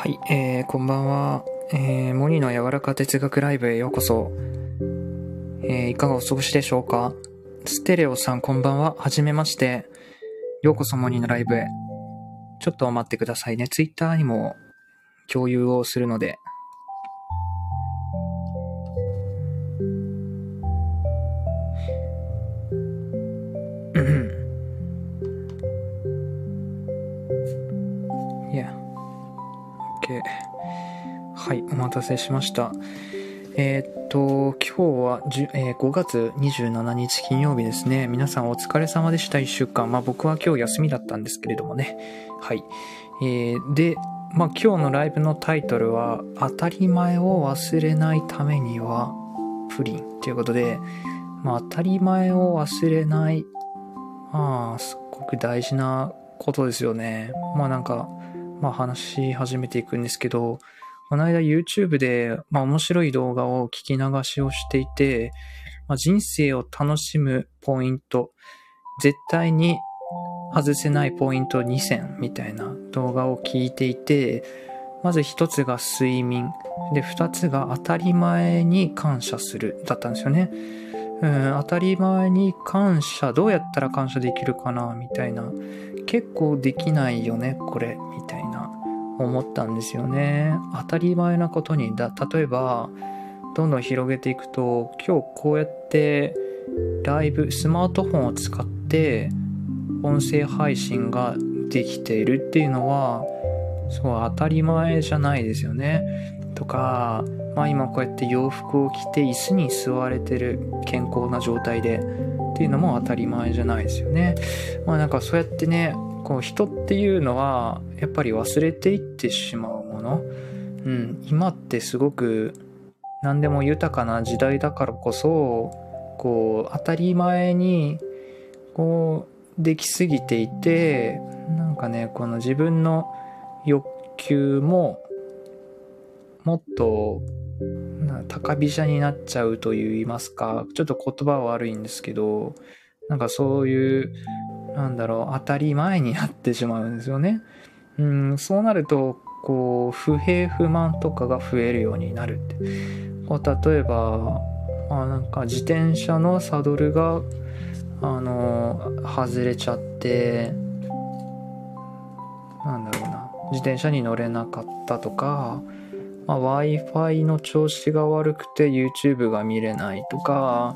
はい、こんばんは。モニの柔らか哲学ライブへようこそ。いかがお過ごしでしょうか。ステレオさんこんばんは。はじめまして。ようこそモニのライブへ。ちょっと待ってくださいね。ツイッターにも共有をするので。OK。はい、お待たせしました。今日は5月27日金曜日ですね。皆さんお疲れ様でした。1週間。僕は今日休みだったんですけれどもね。はい。で、今日のライブのタイトルは、当たり前を忘れないためには、プリンということで、当たり前を忘れない。すっごく大事なことですよね。話し始めていくんですけど、この間 YouTube で、面白い動画を聞き流しをしていて、人生を楽しむポイント、絶対に外せないポイント2選みたいな動画を聞いていて、まず一つが睡眠、で二つが当たり前に感謝するだったんですよね。当たり前に感謝、どうやったら感謝できるかなみたいな、結構できないよねこれみたいな思ったんですよね。当たり前なことに例えばどんどん広げていくと、今日こうやってライブスマートフォンを使って音声配信ができているっていうのはそう当たり前じゃないですよね。とか、今こうやって洋服を着て椅子に座れてる健康な状態でっていうのも当たり前じゃないですよね。そうやってね、こう人っていうのはやっぱり忘れていってしまうもの。今ってすごく何でも豊かな時代だからこそ、こう当たり前にこうできすぎていて、この自分の欲求ももっと高飛車になっちゃうと言いますか、ちょっと言葉は悪いんですけど、そういう当たり前になってしまうんですよね。そうなるとこう不平不満とかが増えるようになるって。例えば自転車のサドルが外れちゃって、自転車に乗れなかったとか、Wi-Fi の調子が悪くて YouTube が見れないとか、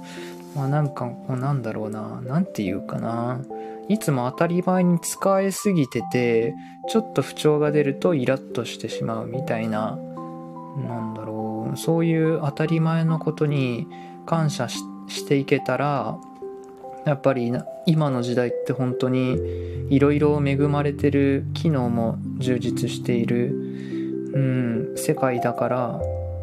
なんていうかな、いつも当たり前に使いすぎてて、ちょっと不調が出るとイラッとしてしまうみたいな、そういう当たり前のことに感謝していけたら、やっぱり今の時代って本当にいろいろ恵まれてる、機能も充実している、世界だから、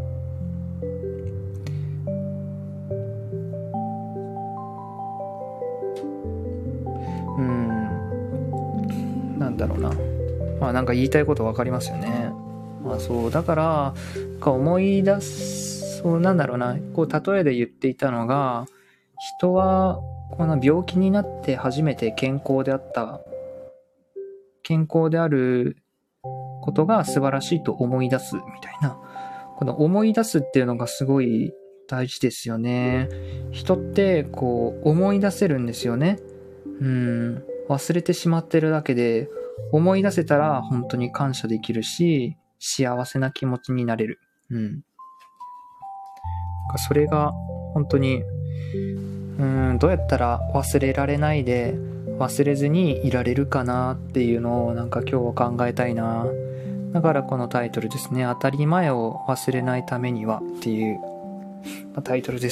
言いたいこと分かりますよね。そうだから思い出す、こう例えで言っていたのが、人はこの病気になって初めて健康であることが素晴らしいと思い出すみたいな、この思い出すっていうのがすごい大事ですよね。人ってこう思い出せるんですよね。忘れてしまってるだけで、思い出せたら本当に感謝できるし、幸せな気持ちになれる。それが本当にどうやったら忘れられないで忘れずにいられるかなっていうのを今日は考えたいな。だからこのタイトルですね。当たり前を忘れないためにはっていうタイトルです。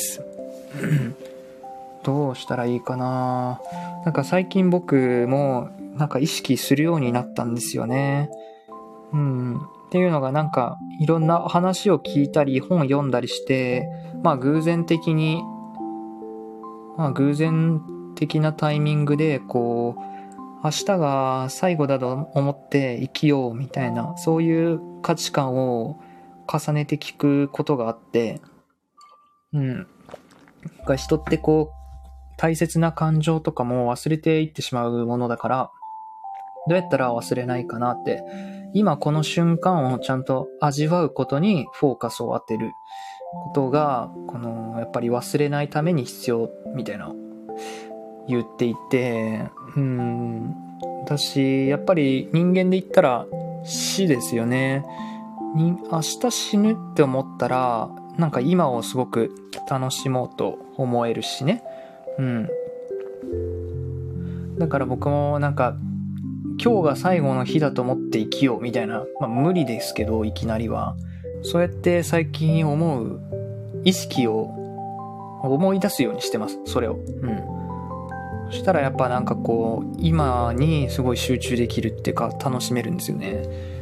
どうしたらいいかな。最近僕も意識するようになったんですよね。っていうのがいろんな話を聞いたり本を読んだりして、偶然的なタイミングでこう明日が最後だと思って生きようみたいな、そういう価値観を重ねて聞くことがあって、人ってこう大切な感情とかも忘れていってしまうものだから、どうやったら忘れないかなって今この瞬間をちゃんと味わうことにフォーカスを当てることが、やっぱり忘れないために必要みたいな言っていて、私、やっぱり人間で言ったら死ですよね。明日死ぬって思ったら、なんか今をすごく楽しもうと思えるしね。だから僕もなんか、今日が最後の日だと思って生きようみたいな、無理ですけど、いきなりは。そうやって最近思う意識を思い出すようにしてます、それを。そしたらやっぱなんかこう、今にすごい集中できるっていうか、楽しめるんですよね。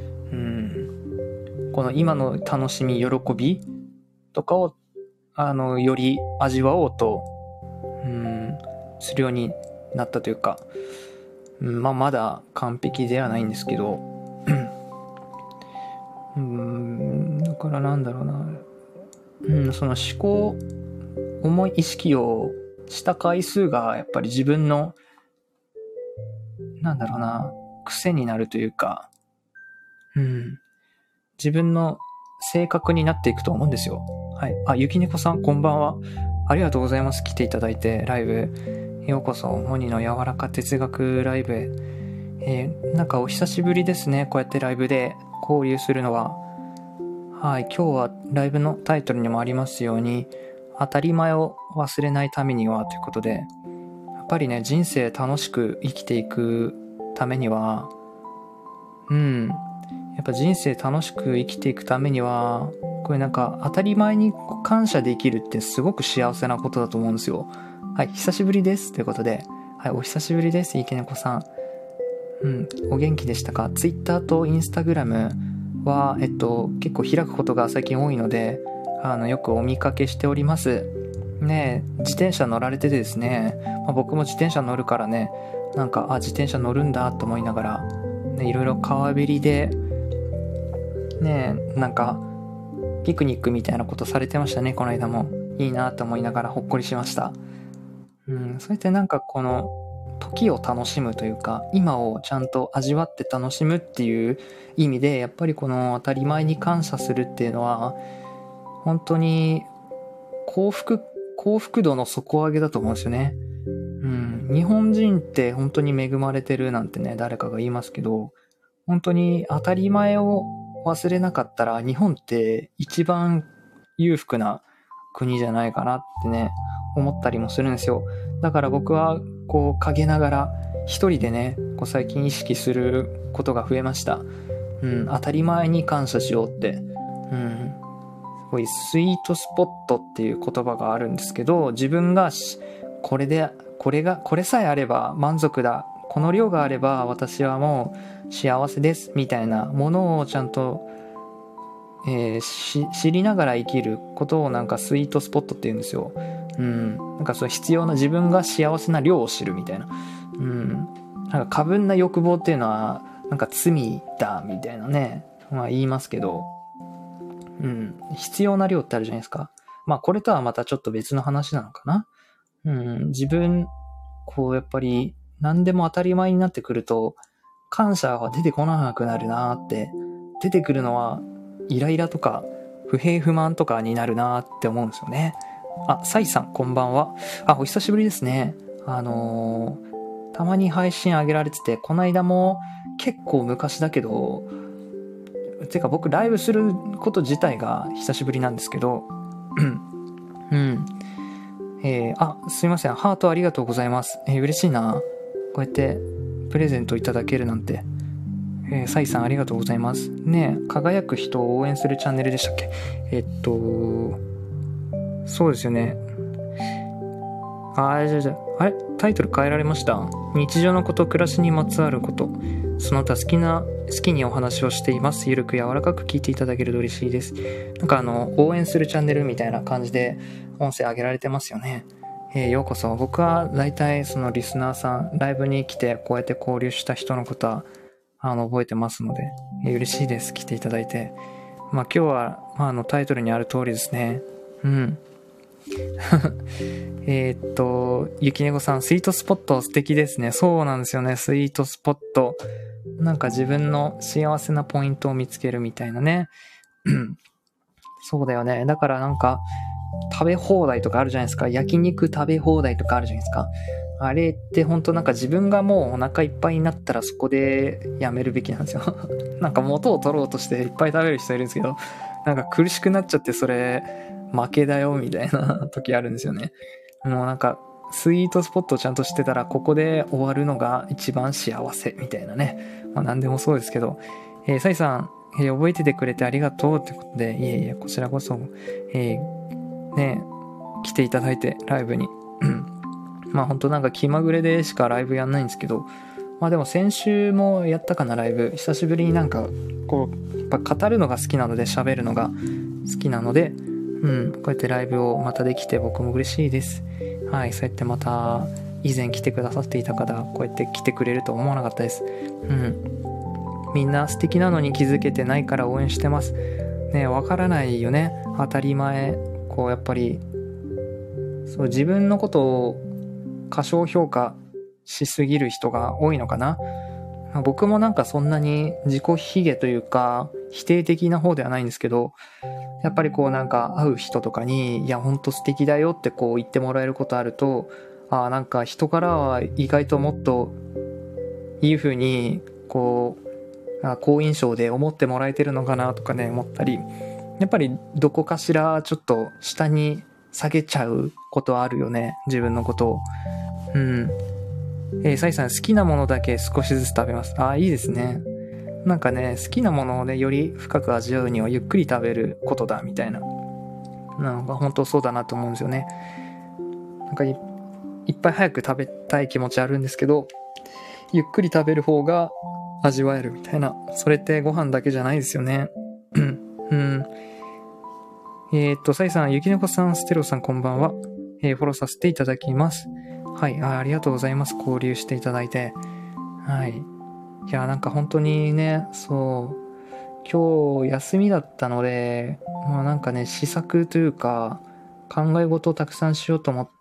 この今の楽しみ、喜びとかを、より味わおうと、するようになったというか、まだ完璧ではないんですけど、だからなんだろうな、その思考、意識をした回数がやっぱり自分の、なんだろうな、癖になるというか、自分の性格になっていくと思うんですよ。はい。ゆきねこさん、こんばんは。ありがとうございます。来ていただいて、ライブ。ようこそ、モニの柔らか哲学ライブへ。なんかお久しぶりですね。こうやってライブで交流するのは。はい。今日はライブのタイトルにもありますように、当たり前を忘れないためにはということで、やっぱりね、人生楽しく生きていくためには、やっぱ人生楽しく生きていくためには、これなんか当たり前に感謝できるってすごく幸せなことだと思うんですよ。はい、久しぶりです。ということで、はい、お久しぶりです、いけねこさん。お元気でしたか？ Twitter と Instagram は、結構開くことが最近多いので、よくお見かけしております。ねえ、自転車乗られててですね、僕も自転車乗るからね、なんか、自転車乗るんだと思いながら、ね、いろいろ川べりで、ねえ、なんか、ピクニックみたいなことされてましたね、この間も。いいなと思いながらほっこりしました。そうやってなんかこの、時を楽しむというか、今をちゃんと味わって楽しむっていう意味で、やっぱりこの当たり前に感謝するっていうのは、本当に幸福度の底上げだと思うんですよね。日本人って本当に恵まれてるなんてね、誰かが言いますけど、本当に当たり前を忘れなかったら日本って一番裕福な国じゃないかなってね、思ったりもするんですよ。だから僕はこう陰ながら一人でね、こう最近意識することが増えました。当たり前に感謝しようって。すごいスイートスポットっていう言葉があるんですけど、自分がこれさえあれば満足だ。この量があれば私はもう幸せですみたいなものをちゃんと、知りながら生きることをなんかスイートスポットって言うんですよ。なんかそう必要な自分が幸せな量を知るみたいな。なんか過分な欲望っていうのはなんか罪だみたいなね、言いますけど、必要な量ってあるじゃないですか。これとはまたちょっと別の話なのかな。自分こうやっぱり何でも当たり前になってくると感謝は出てこなくなるなって、出てくるのはイライラとか不平不満とかになるなって思うんですよね。サイさんこんばんは。お久しぶりですね。たまに配信上げられてて、この間も結構昔だけど、てか僕ライブすること自体が久しぶりなんですけど、すいません。ハートありがとうございます。嬉しいな。こうやってプレゼントいただけるなんて。サイさんありがとうございます。ねえ、輝く人を応援するチャンネルでしたっけ？そうですよね。あれタイトル変えられました。日常のこと、暮らしにまつわること。その他好きにお話をしています。ゆるく柔らかく聞いていただけると嬉しいです。なんか応援するチャンネルみたいな感じで音声上げられてますよね。ようこそ。僕は大体そのリスナーさん、ライブに来てこうやって交流した人のことは覚えてますので、嬉しいです。来ていただいて。今日は、タイトルにある通りですね。ゆきねこさん、スイートスポット素敵ですね。そうなんですよね。スイートスポット。 なんか自分の幸せなポイントを見つけるみたいなね。そうだよね。だからなんか、食べ放題とかあるじゃないですか。焼肉食べ放題とかあるじゃないですか。あれって本当なんか自分がもうお腹いっぱいになったらそこでやめるべきなんですよ。なんか元を取ろうとしていっぱい食べる人いるんですけど、なんか苦しくなっちゃってそれ負けだよみたいな時あるんですよね。もうなんかスイートスポットをちゃんとしてたらここで終わるのが一番幸せみたいなね。まあ何でもそうですけど、サイさん、覚えててくれてありがとうってことで、いえいえ、こちらこそ、ね、来ていただいてライブに。まあ本当なんか気まぐれでしかライブやんないんですけど、まあでも先週もやったかなライブ。久しぶりになんかこう、やっぱ語るのが好きなので喋るのが好きなので、こうやってライブをまたできて僕も嬉しいです。はい、そうやってまた以前来てくださっていた方がこうやって来てくれると思わなかったです。みんな素敵なのに気づけてないから応援してます。ね、わからないよね。当たり前。こうやっぱり、そう自分のことを過小評価しすぎる人が多いのかな。僕もなんかそんなに自己卑下というか否定的な方ではないんですけど、やっぱりこうなんか会う人とかにいやほんと素敵だよってこう言ってもらえることあると、なんか人からは意外ともっといい風にこう好印象で思ってもらえてるのかなとかね思ったり、やっぱりどこかしらちょっと下に下げちゃうことはあるよね、自分のことを。サイさん、好きなものだけ少しずつ食べます。いいですね。なんかね、好きなものをね、より深く味わうにはゆっくり食べることだ、みたいな。なんか本当そうだなと思うんですよね。なんかいっぱい早く食べたい気持ちあるんですけど、ゆっくり食べる方が味わえるみたいな。それってご飯だけじゃないですよね。サイさん、ゆきねこさん、ステロさん、こんばんは。フォローさせていただきます。はい、ありがとうございます。交流していただいて。はい。いや、なんか本当にね、そう、今日休みだったので、まあなんかね、試作というか、考え事をたくさんしようと思って、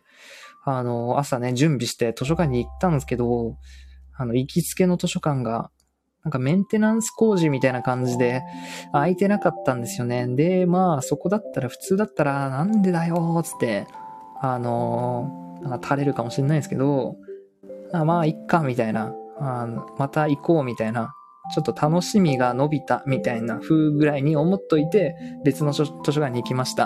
朝ね、準備して図書館に行ったんですけど、行きつけの図書館が、なんかメンテナンス工事みたいな感じで空いてなかったんですよね。で、まあそこだったら普通だったらなんでだよつって、なんか垂れるかもしれないですけど、まあいっかみたいな、また行こうみたいな、ちょっと楽しみが伸びたみたいな風ぐらいに思っといて別の図書館に行きました。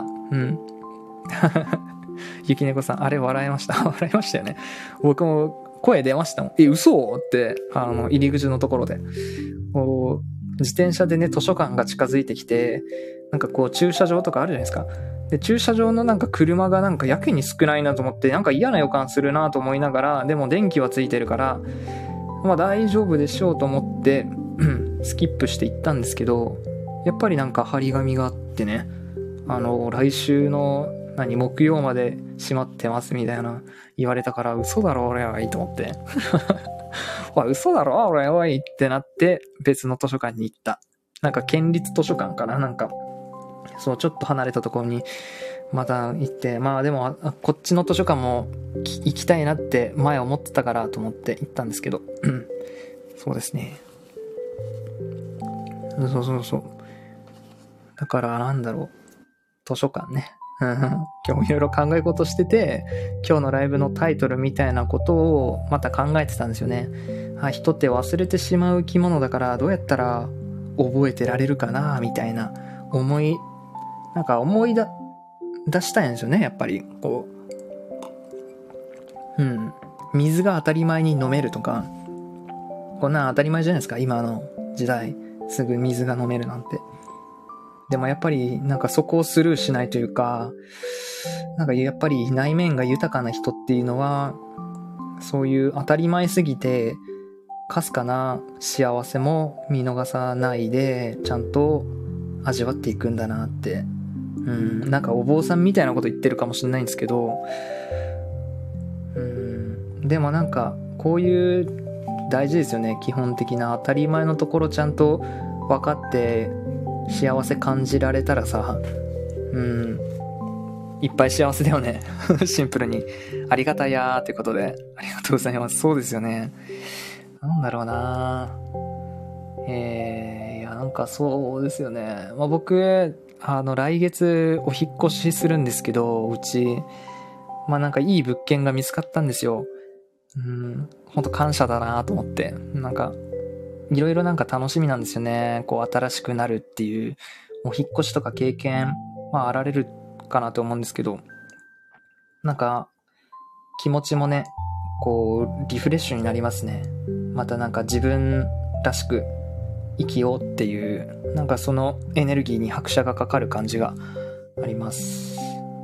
ゆきねこさん、あれ笑いました。笑いましたよね。僕も声出ましたもん。嘘って、入り口のところで。自転車でね、図書館が近づいてきて、なんかこう駐車場とかあるじゃないですか。で、駐車場のなんか車がなんかやけに少ないなと思って、なんか嫌な予感するなと思いながら、でも電気はついてるから、まあ大丈夫でしょうと思って、スキップして行ったんですけど、やっぱりなんか張り紙があってね、来週の木曜まで閉まってますみたいな言われたから、嘘だろ俺はいいと思って嘘だろ俺はいってなって別の図書館に行った。なんか県立図書館かな、なんかそうちょっと離れたところにまた行って、まあでもこっちの図書館も行きたいなって前思ってたからと思って行ったんですけどそうですね。そうだからなんだろう、図書館ね今日もいろいろ考え事してて、今日のライブのタイトルみたいなことをまた考えてたんですよね。人って忘れてしまう生き物だからどうやったら覚えてられるかなみたいな思い出したいんですよね、やっぱりこう。水が当たり前に飲めるとか、こんなん当たり前じゃないですか、今の時代すぐ水が飲めるなんて。でもやっぱりなんかそこをスルーしないというか、なんかやっぱり内面が豊かな人っていうのは、そういう当たり前すぎてかすかな幸せも見逃さないでちゃんと味わっていくんだなって。なんかお坊さんみたいなこと言ってるかもしれないんですけど、でもなんかこういう大事ですよね、基本的な当たり前のところちゃんと分かって幸せ感じられたらさ、いっぱい幸せだよねシンプルにありがたやーってことで、ありがとうございます。そうですよね。 なんだろうな。いや、なんかそうですよね。まあ僕、来月お引っ越しするんですけど、うち、まあなんかいい物件が見つかったんですよ。ほんと感謝だなと思って。なんか、いろいろなんか楽しみなんですよね。こう新しくなるっていう、お引っ越しとか経験、まああられるかなと思うんですけど、なんか気持ちもね、こうリフレッシュになりますね。またなんか自分らしく生きようっていう、なんかそのエネルギーに拍車がかかる感じがあります。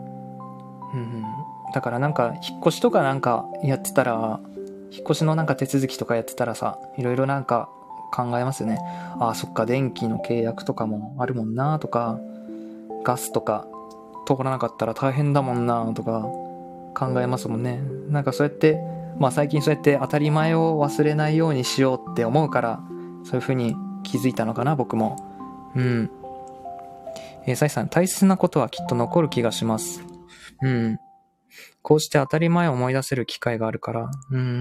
だからなんか引っ越しとかなんかやってたら、引っ越しのなんか手続きとかやってたらさ、いろいろなんか考えますよね。ああ、そっか、電気の契約とかもあるもんなとか、ガスとか通らなかったら大変だもんなとか考えますもんね。なんかそうやって、まあ最近そうやって当たり前を忘れないようにしようって思うから、そういう風に気づいたのかな、僕も。サイさん、大切なことはきっと残る気がします。こうして当たり前を思い出せる機会があるから。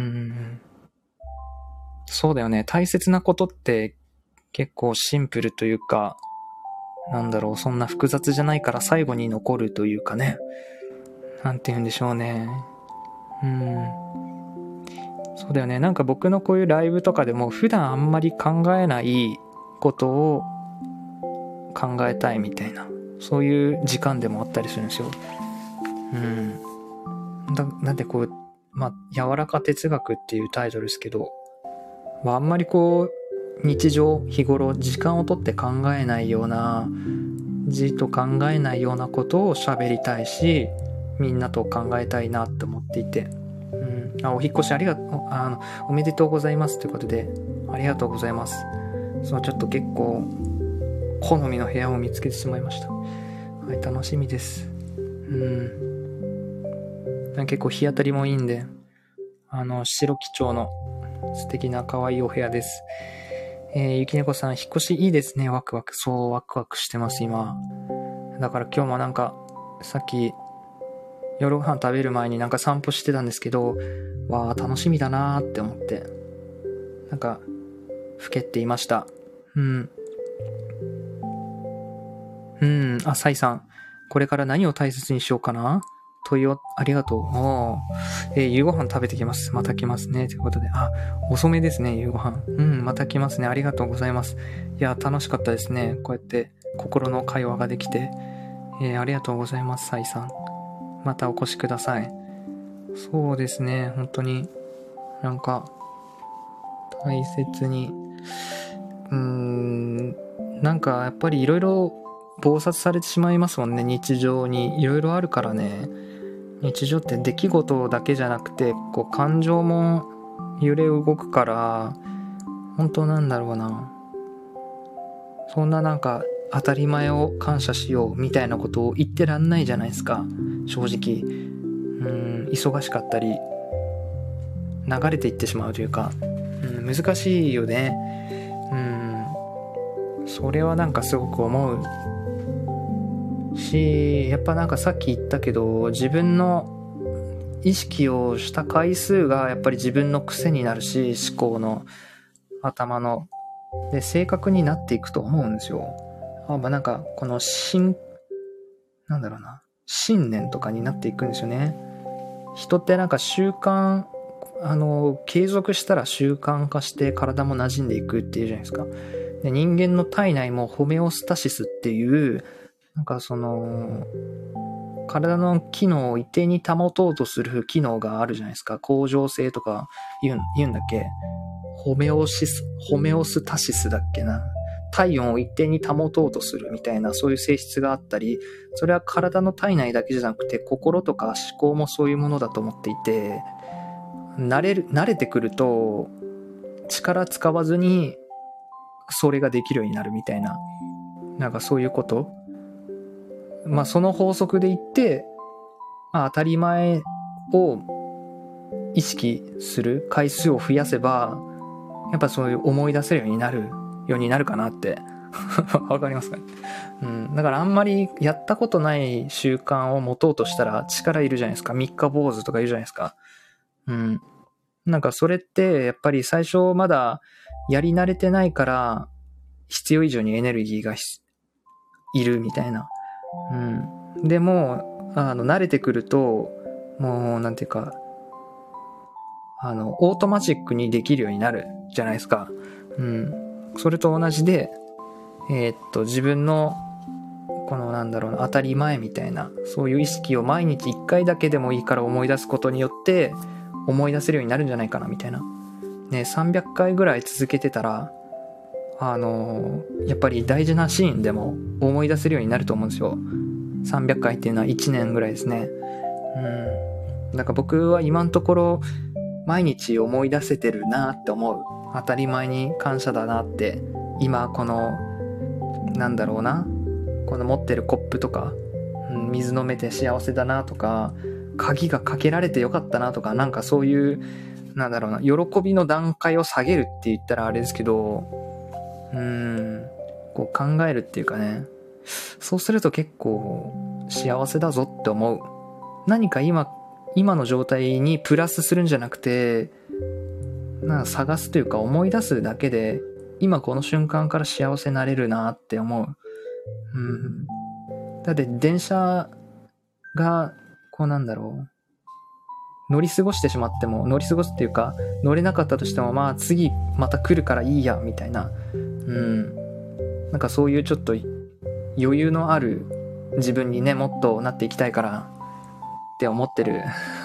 そうだよね。大切なことって結構シンプルというか、なんだろう、そんな複雑じゃないから最後に残るというかね。なんて言うんでしょうね。そうだよね。なんか僕のこういうライブとかでも普段あんまり考えないことを考えたいみたいな、そういう時間でもあったりするんですよ。なんでこう、まあ、柔らか哲学っていうタイトルですけど、まあ、あんまりこう、日常、日頃、時間をとって考えないような、じっと考えないようなことを喋りたいし、みんなと考えたいなって思っていて。お引っ越しおめでとうございますということで、ありがとうございます。ちょっと結構、好みの部屋を見つけてしまいました。はい、楽しみです。結構日当たりもいいんで、白基調の素敵な可愛いお部屋です。ゆきねこさん、引っ越しいいですね。ワクワク。そう、ワクワクしてます、今。だから今日もなんか、さっき、夜ご飯食べる前になんか散歩してたんですけど、わー、楽しみだなーって思って、なんか、ふけっていました。サイさん、これから何を大切にしようかな、ありがとう。夕ご飯食べてきます。また来ますね。ということで。遅めですね、夕ご飯。また来ますね。ありがとうございます。いや、楽しかったですね。こうやって心の会話ができて。ありがとうございます、サイさん。またお越しください。そうですね、本当に、なんか、大切に、なんかやっぱりいろいろ忙殺されてしまいますもんね。日常にいろいろあるからね。日常って出来事だけじゃなくて、こう感情も揺れ動くから、本当なんだろうな。そんななんか当たり前を感謝しようみたいなことを言ってらんないじゃないですか。正直。忙しかったり、流れていってしまうというか、難しいよね。それはなんかすごく思うし、やっぱなんかさっき言ったけど、自分の意識をした回数がやっぱり自分の癖になるし、思考の頭ので性格になっていくと思うんですよ。なんかこのなんだろうな、信念とかになっていくんですよね。人ってなんか習慣、継続したら習慣化して体も馴染んでいくっていうじゃないですか。で、人間の体内もホメオスタシスっていう、なんかその、体の機能を一定に保とうとする機能があるじゃないですか。恒常性とか言うんだっけ？ホメオスタシスだっけな。体温を一定に保とうとするみたいな、そういう性質があったり、それは体の体内だけじゃなくて、心とか思考もそういうものだと思っていて、慣れてくると、力使わずに、それができるようになるみたいな、なんかそういうこと。その法則で言って、当たり前を意識する回数を増やせば、やっぱそういう思い出せるようになるかなってわかりますかね。だからあんまりやったことない習慣を持とうとしたら力いるじゃないですか。三日坊主とか言うじゃないですか。 なんかそれってやっぱり最初まだやり慣れてないから必要以上にエネルギーがいるみたいな。でも慣れてくるともうなんていうかオートマチックにできるようになるじゃないですか。それと同じで自分のこの当たり前みたいなそういう意識を毎日1回だけでもいいから思い出すことによって思い出せるようになるんじゃないかなみたいなね。300回ぐらい続けてたらやっぱり大事なシーンでも思い出せるようになると思うんですよ。300回っていうのは1年ぐらいですね。だから僕は今のところ毎日思い出せてるなって思う。当たり前に感謝だなって今このこの持ってるコップとか、水飲めて幸せだなとか、鍵がかけられてよかったなとか、なんかそういう喜びの段階を下げるって言ったらあれですけど、こう考えるっていうかね、そうすると結構幸せだぞって思う。何か今の状態にプラスするんじゃなくて、探すというか思い出すだけで今この瞬間から幸せになれるなって思う。だって電車が乗り過ごしてしまっても、乗り過ごすっていうか乗れなかったとしても、まあ次また来るからいいやみたいな、なんかそういうちょっと余裕のある自分にねもっとなっていきたいからって思ってる。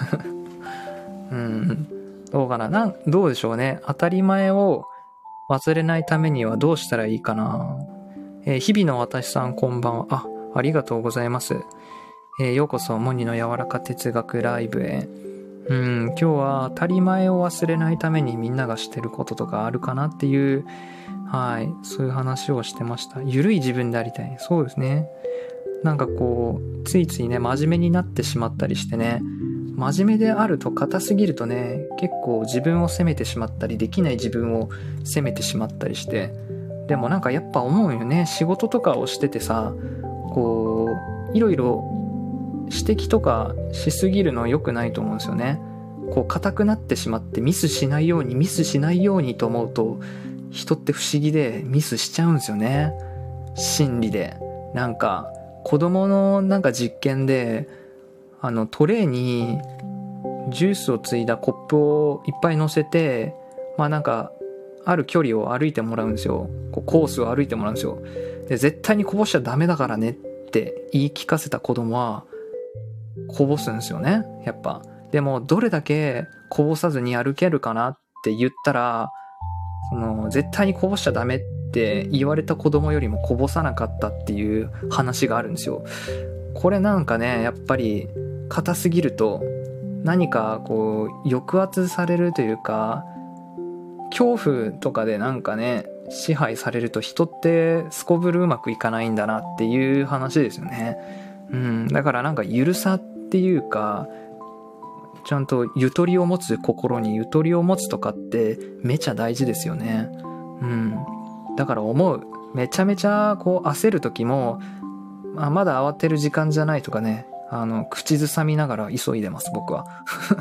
どうかな、どうでしょうね。当たり前を忘れないためにはどうしたらいいかな。日々の私さんこんばんは。ありがとうございます。ようこそモニの柔らか哲学ライブへ。今日は当たり前を忘れないためにみんながしてることとかあるかなっていう、そういう話をしてました。ゆるい自分でありたい。そうですね。なんかこうついついね真面目になってしまったりしてね、真面目であると硬すぎるとね結構自分を責めてしまったり、できない自分を責めてしまったりして、でもなんかやっぱ思うよね。仕事とかをしててさ、こういろいろ指摘とかしすぎるのは良くないと思うんですよね。こう硬くなってしまってミスしないようにと思うと、人って不思議でミスしちゃうんですよね。心理で。なんか子供の実験でトレーにジュースをついだコップをいっぱい乗せて、ある距離を歩いてもらうんですよ。こうコースを歩いてもらうんですよ。で絶対にこぼしちゃダメだからねって言い聞かせた子供はこぼすんですよね、やっぱ。でもどれだけこぼさずに歩けるかなって言ったら、絶対にこぼしちゃダメって言われた子供よりもこぼさなかったっていう話があるんですよ。これやっぱり硬すぎると何かこう抑圧されるというか、恐怖とかで支配されると人ってすこぶるうまくいかないんだなっていう話ですよね。だからゆるさっていうか、ちゃんとゆとりを持つ、心にゆとりを持つとかってめちゃ大事ですよね。だから思う、めちゃめちゃこう焦る時も、まだ慌てる時間じゃないとかね、口ずさみながら急いでます僕は。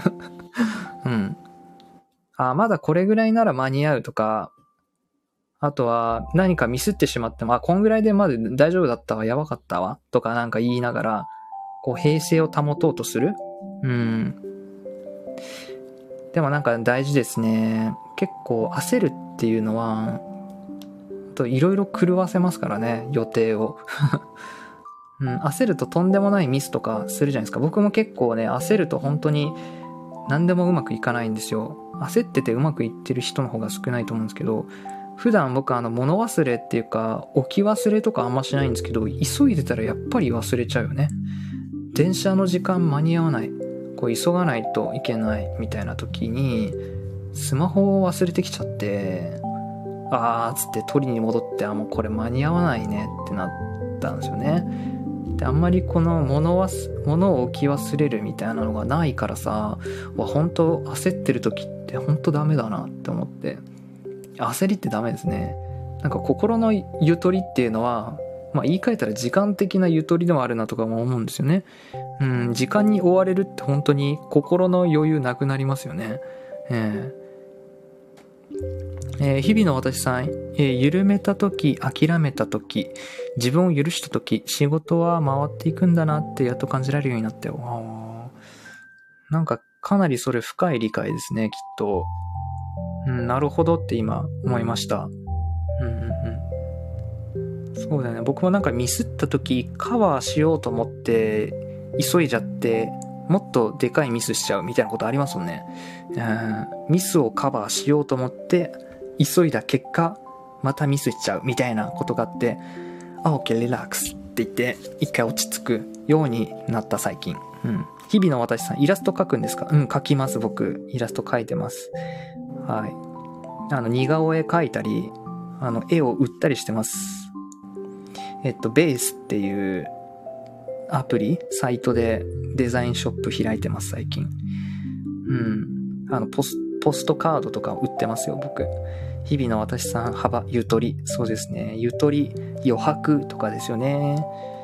まだこれぐらいなら間に合うとか、あとは何かミスってしまっても、こんぐらいでまだ大丈夫だったわ、やばかったわとか言いながらこう平静を保とうとする。でも大事ですね。結構焦るっていうのはといろいろ狂わせますからね、予定を。焦るととんでもないミスとかするじゃないですか。僕も結構ね焦ると本当に何でもうまくいかないんですよ。焦っててうまくいってる人の方が少ないと思うんですけど、普段僕物忘れっていうか置き忘れとかあんましないんですけど、急いでたらやっぱり忘れちゃうよね。電車の時間間に合わない、こう急がないといけないみたいな時にスマホを忘れてきちゃって、つって取りに戻って、もうこれ間に合わないねってなったんですよね。であんまりこの物を置き忘れるみたいなのがないからさ、本当焦ってる時って本当ダメだなって思って、焦りってダメですね。心のゆとりっていうのは、言い換えたら時間的なゆとりでもあるなとかも思うんですよね。時間に追われるって本当に心の余裕なくなりますよね。 日々の私さん、緩めた時、諦めた時、自分を許した時、仕事は回っていくんだなってやっと感じられるようになったよ。なんかかなりそれ深い理解ですね、きっと。なるほどって今思いました。そうだよね。僕もなんかミスった時カバーしようと思って急いじゃってもっとでかいミスしちゃうみたいなことありますもんね。ミスをカバーしようと思って急いだ結果またミスしちゃうみたいなことがあって、OK リラックスって言って一回落ち着くようになった最近。日々の私さん、イラスト描くんですか？描きます。僕イラスト描いてます。はい。似顔絵描いたり絵を売ったりしてます。ベースっていうアプリ、サイトでデザインショップ開いてます、最近。ポストカードとか売ってますよ、僕。日々の私さん、幅、ゆとり。そうですね。ゆとり、余白とかですよね。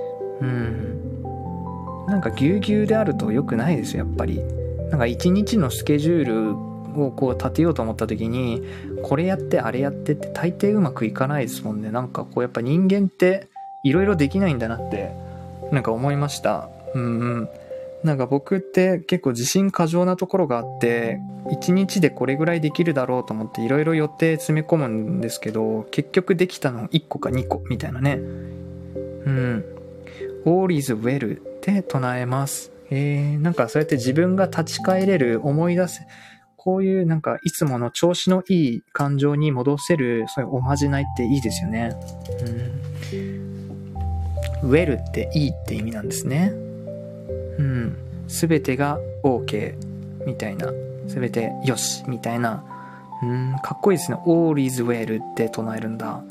なんかぎゅうぎゅうであると良くないですよ、やっぱり。なんか一日のスケジュールをこう立てようと思った時に、これやってあれやってって大抵うまくいかないですもんね。なんかこうやっぱ人間っていろいろできないんだなってなんか思いました。なんか僕って結構自信過剰なところがあって、一日でこれぐらいできるだろうと思っていろいろ予定詰め込むんですけど、結局できたの1個か2個みたいなね。All is well って唱えます。なんかそうやって自分が立ち返れる、思い出せ、こういうなんかいつもの調子のいい感情に戻せる、そういうおまじないっていいですよね。well っていいって意味なんですね。すべてが OK みたいな、すべてよしみたいな、かっこいいですね。All is well って唱えるんだ。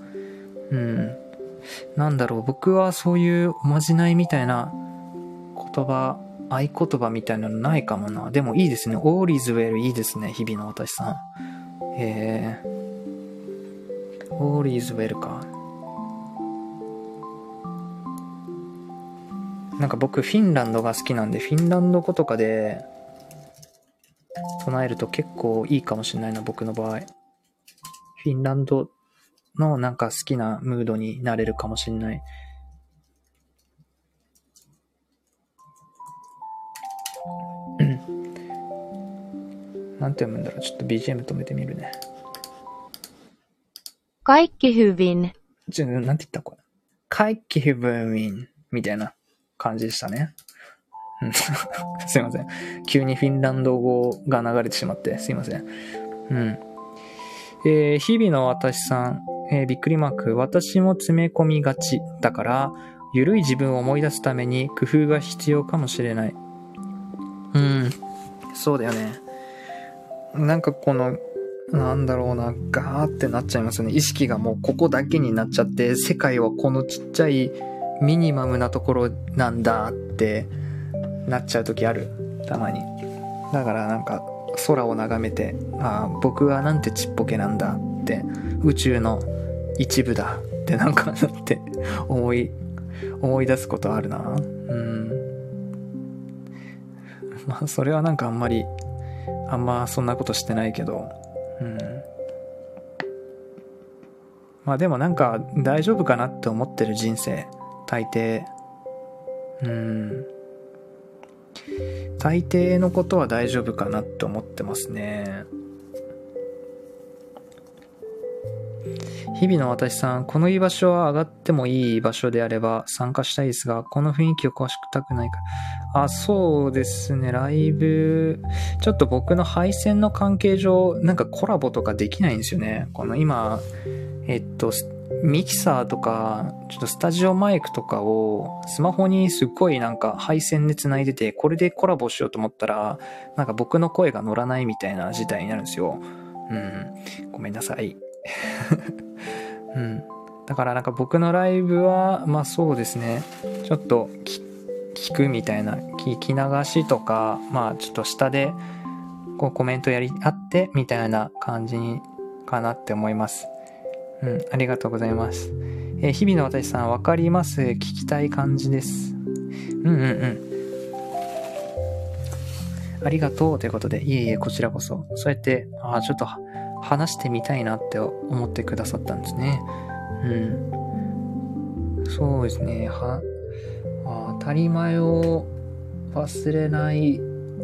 なんだろう、僕はそういうおまじないみたいな言葉、合言葉みたいなのないかもな。でもいいですね。All is well いいですね。日々の私さん。All is well か。なんか僕フィンランドが好きなんで、フィンランド語とかで唱えると結構いいかもしれないな、僕の場合。フィンランドのなんか好きなムードになれるかもしれない。なんて読むんだろう。ちょっと BGM 止めてみるね。 Kaikki hyvin。 なんて言ったこれ。Kaikki hyvin みたいな感じでしたね。すいません。急にフィンランド語が流れてしまってすいません。日々の私さん、びっくりマーク。私も詰め込みがちだから、ゆるい自分を思い出すために工夫が必要かもしれない。そうだよね。なんかこのなんだろうな、ガーってなっちゃいますよね。意識がもうここだけになっちゃって、世界はこのちっちゃいミニマムなところなんだってなっちゃう時ある、たまに。だからなんか空を眺めて、僕はなんてちっぽけなんだって、宇宙の一部だってなんかなって思い出すことあるな。それはなんかあんまそんなことしてないけど、でもなんか大丈夫かなって思ってる人生、大抵のことは大丈夫かなって思ってますね。日々の私さん、この居場所は上がってもいい場所であれば参加したいですが、この雰囲気を壊したくないから。そうですね、ライブ、ちょっと僕の配線の関係上、なんかコラボとかできないんですよね。この今、ミキサーとか、ちょっとスタジオマイクとかをスマホにすっごいなんか配線で繋いでて、これでコラボしようと思ったら、なんか僕の声が乗らないみたいな事態になるんですよ。ごめんなさい。だからなんか僕のライブはそうですね、ちょっと聞くみたいな、聞き流しとか、ちょっと下でこうコメントやり合ってみたいな感じかなって思います。ありがとうございます。日々の私さん、わかります。聞きたい感じです。 ありがとうということで、いえいえ、こちらこそ。そうやって、ちょっと話してみたいなって思ってくださったんですね。そうですね。当たり前を忘れない。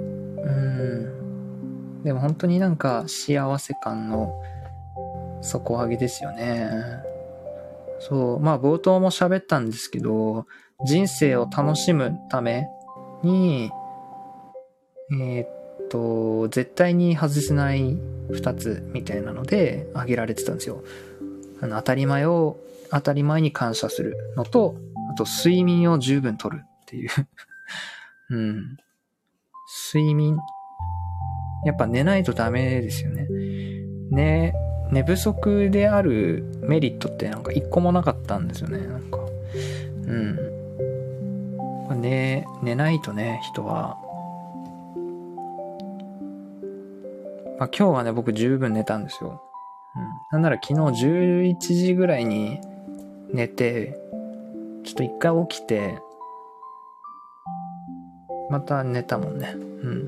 でも本当になんか幸せ感の底上げですよね。そう。冒頭も喋ったんですけど、人生を楽しむために、絶対に外せない2つみたいなので挙げられてたんですよ。当たり前に感謝するのと、あと睡眠を十分とるっていう。睡眠。やっぱ寝ないとダメですよね。寝不足であるメリットってなんか一個もなかったんですよね。なんか。寝ないとね、人は。今日はね、僕十分寝たんですよ。なんなら昨日11時ぐらいに寝て、ちょっと一回起きて、また寝たもんね。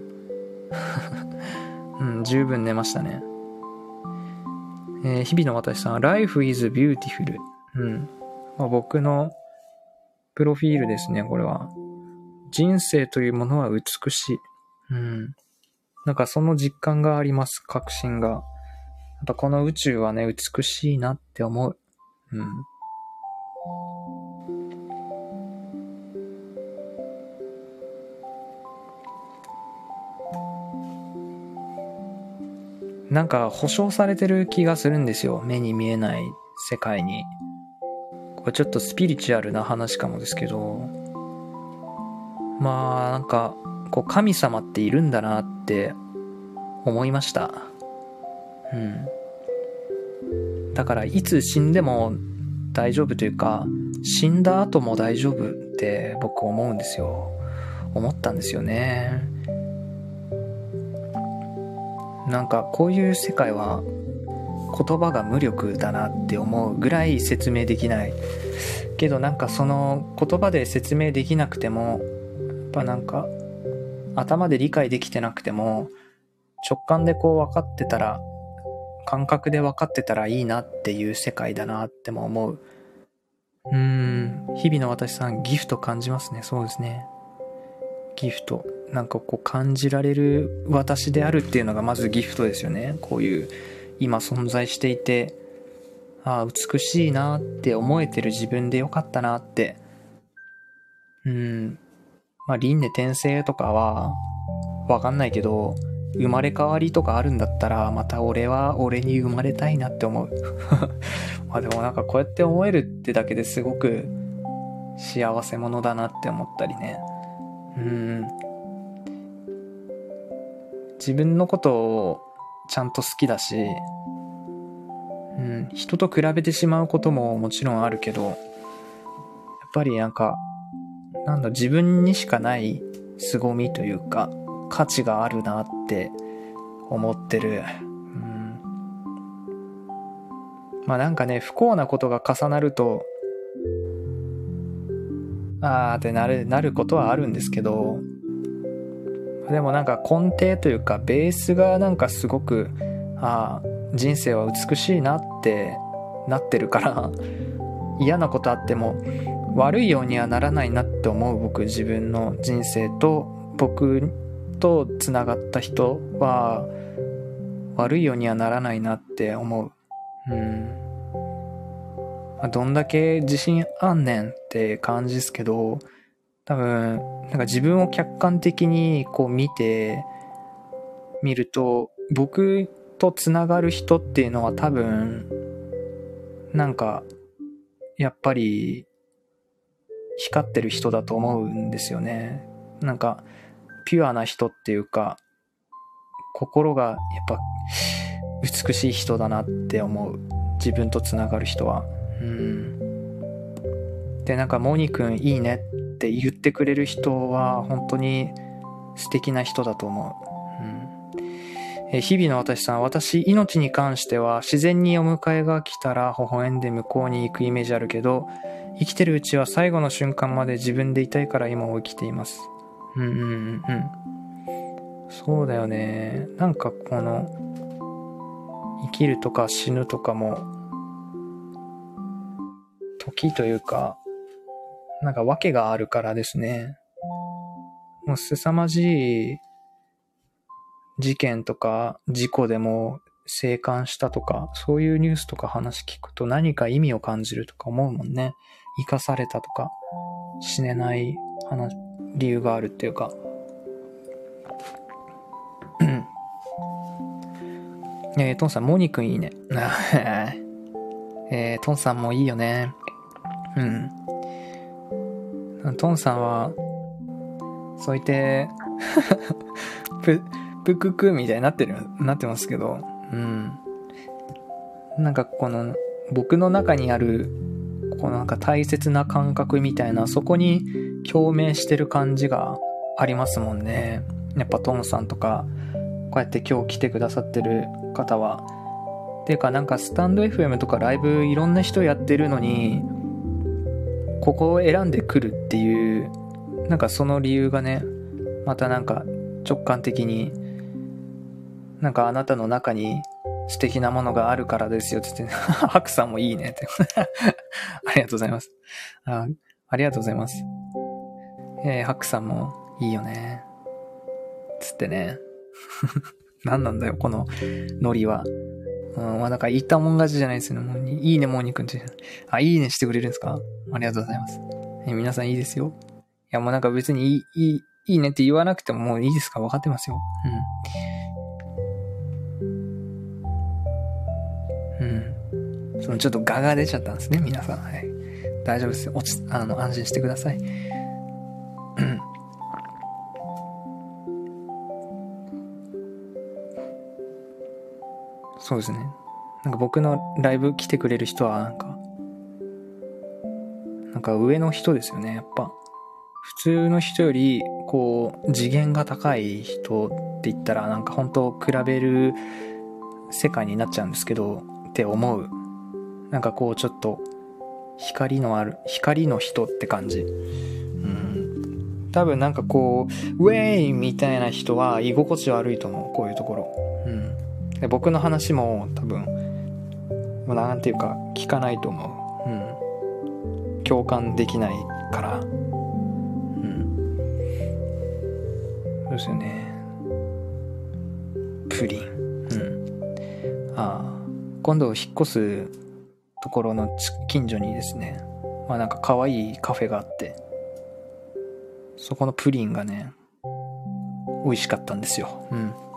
十分寝ましたね。日々の私さん、Life is beautiful。僕のプロフィールですね、これは。人生というものは美しい。なんかその実感があります、確信が。やっぱこの宇宙はね、美しいなって思う。なんか保証されてる気がするんですよ。目に見えない世界に。これちょっとスピリチュアルな話かもですけど、なんかこう神様っているんだなって思いました。だからいつ死んでも大丈夫というか、死んだ後も大丈夫って僕思うんですよ。思ったんですよね。なんかこういう世界は言葉が無力だなって思うぐらい説明できないけど、なんかその言葉で説明できなくても、やっぱなんか頭で理解できてなくても直感でこう分かってたら、感覚で分かってたらいいなっていう世界だなっても思う。日々の私さん、ギフト感じますね。そうですね、ギフト。なんかこう感じられる私であるっていうのがまずギフトですよね。こういう今存在していて、美しいなって思えてる自分でよかったなって。輪廻転生とかはわかんないけど、生まれ変わりとかあるんだったら、また俺は俺に生まれたいなって思う。でもなんかこうやって思えるってだけですごく幸せ者だなって思ったりね。自分のことをちゃんと好きだし、人と比べてしまうことももちろんあるけど、やっぱりなんか自分にしかない凄みというか価値があるなって思ってる。なんかね、不幸なことが重なるとってなることはあるんですけど、でもなんか根底というかベースがなんかすごく人生は美しいなってなってるから嫌なことあっても悪いようにはならないなって思う。僕自分の人生と僕とつながった人は悪いようにはならないなって思う。どんだけ自信あんねんって感じですけど、多分なんか自分を客観的にこう見てみると、僕とつながる人っていうのは多分なんかやっぱり光ってる人だと思うんですよね。なんかピュアな人っていうか、心がやっぱ美しい人だなって思う。自分とつながる人は。で、なんかモニ君いいねって言ってくれる人は本当に素敵な人だと思う。日々の私さん、私命に関しては自然にお迎えが来たら微笑んで向こうに行くイメージあるけど、生きてるうちは最後の瞬間まで自分でいたいから今を生きています。 そうだよね。なんかこの生きるとか死ぬとかも時というか、なんか訳があるからですね。もう凄まじい事件とか事故でも生還したとか、そういうニュースとか話聞くと何か意味を感じるとか思うもんね。生かされたとか、死ねない理由があるっていうか。トンさん、モニ君いいね。トンさんもいいよね。うん。トンさんは、そう言って、ぷくくみたいになってますけど、うん。なんかこの、僕の中にある、このなんか大切な感覚みたいな、そこに共鳴してる感じがありますもんね。やっぱトンさんとか、こうやって今日来てくださってる方は。ていうかなんかスタンド FM とかライブいろんな人やってるのに、ここを選んでくるっていう、なんかその理由がね、またなんか直感的に、なんかあなたの中に素敵なものがあるからですよって言って、ハクさんもいいねって。ありがとうございます。ありがとうございます。ハクさんもいいよね。つってね。何なんだよ、このノリは。まあなんか言ったもん勝ちじゃないですよね。もういいね、モーニーくんって。いいねしてくれるんですか？ありがとうございます。皆さんいいですよ。いやもうなんか別にいいねって言わなくてももういいですか？分かってますよ。そのちょっとガが出ちゃったんですね、皆さん。はい。大丈夫ですよ。安心してください。そうですね。なんか僕のライブ来てくれる人はなんか上の人ですよね、やっぱ。普通の人より、こう、次元が高い人って言ったら、なんか本当比べる世界になっちゃうんですけど、って思う。なんかこうちょっと、光の人って感じ。多分なんかこう、ウェイみたいな人は居心地悪いと思う、こういうところ。で僕の話も多分、なんていうか聞かないと思う。共感できないから。そうですよね。プリン。今度引っ越すところの近所にですね、なんか可愛いカフェがあって、そこのプリンがね、美味しかったんですよ。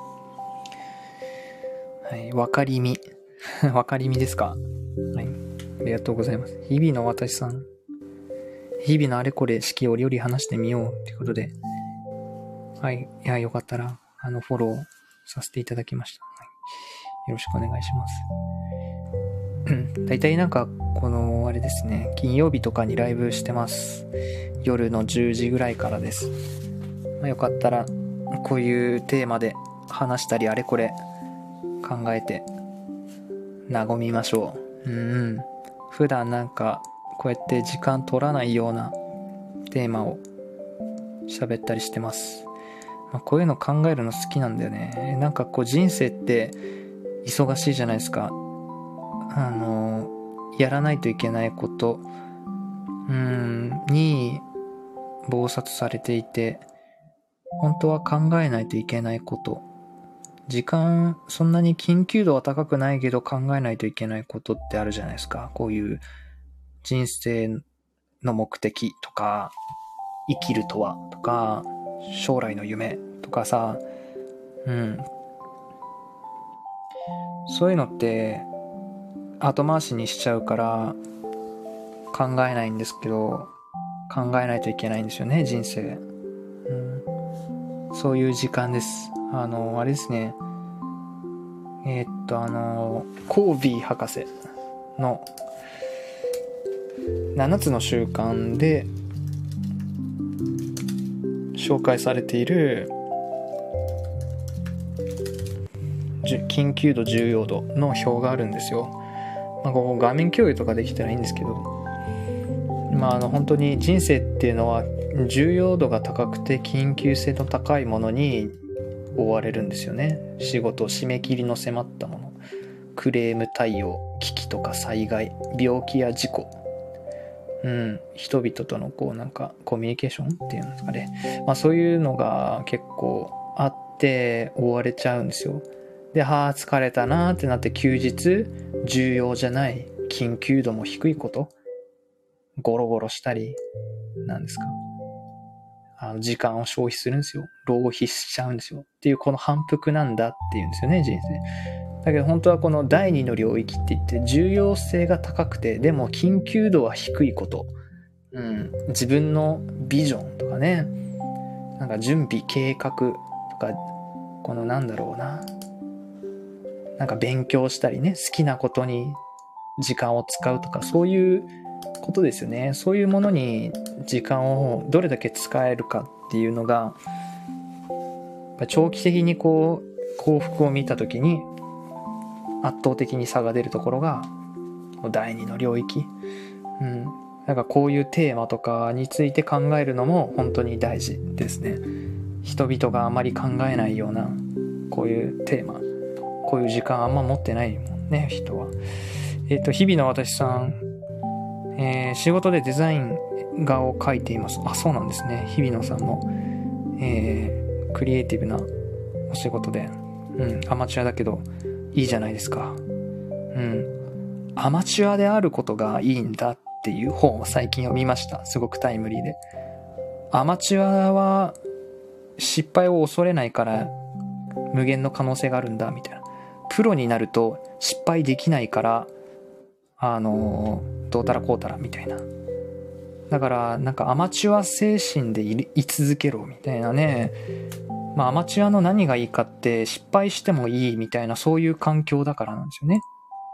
はい、わかりみ。わかりみですか？はい。ありがとうございます。日々の私さん。日々のあれこれ四季折々話してみようということで。はい。いや、よかったら、フォローさせていただきました。はい、よろしくお願いします。だいたいなんか、あれですね、金曜日とかにライブしてます。夜の10時ぐらいからです。よかったら、こういうテーマで話したりあれこれ考えて和みましょう。普段なんかこうやって時間取らないようなテーマを喋ったりしてます。こういうの考えるの好きなんだよね。なんかこう人生って忙しいじゃないですか。やらないといけないことに忙殺されていて、本当は考えないといけないこと、時間そんなに緊急度は高くないけど考えないといけないことってあるじゃないですか。こういう人生の目的とか、生きるとはとか、将来の夢とかさ、そういうのって後回しにしちゃうから考えないんですけど、考えないといけないんですよね、人生。そういう時間です。あれですね。コービー博士の7つの習慣で紹介されている緊急度重要度の表があるんですよ。ここ画面共有とかできたらいいんですけど、本当に人生っていうのは重要度が高くて緊急性の高いものに追われるんですよね。仕事、締め切りの迫ったもの、クレーム対応、危機とか災害、病気や事故、人々とのなんかコミュニケーションっていうんですかね。そういうのが結構あって追われちゃうんですよ。で、疲れたなーってなって休日、重要じゃない、緊急度も低いこと、ゴロゴロしたり、なんですか。時間を消費するんですよ。浪費しちゃうんですよ。っていうこの反復なんだっていうんですよね、人生。だけど本当はこの第二の領域って言って重要性が高くて、でも緊急度は低いこと。自分のビジョンとかね、なんか準備計画とか、このなんか勉強したりね、好きなことに時間を使うとか、そういうことですよね。そういうものに時間をどれだけ使えるかっていうのが、長期的に幸福を見たときに圧倒的に差が出るところが第二の領域。なんかこういうテーマとかについて考えるのも本当に大事ですね。人々があまり考えないようなこういうテーマ、こういう時間あんま持ってないもんね、人は。日々の私さん、仕事でデザイン画を描いています。そうなんですね。日々野さんも、クリエイティブなお仕事で、アマチュアだけどいいじゃないですか。アマチュアであることがいいんだっていう本を最近読みました。すごくタイムリーで。アマチュアは失敗を恐れないから無限の可能性があるんだみたいな。プロになると失敗できないからどうたらこうたらみたいな。だからなんかアマチュア精神で居続けろみたいなね。アマチュアの何がいいかって失敗してもいいみたいな、そういう環境だからなんですよね。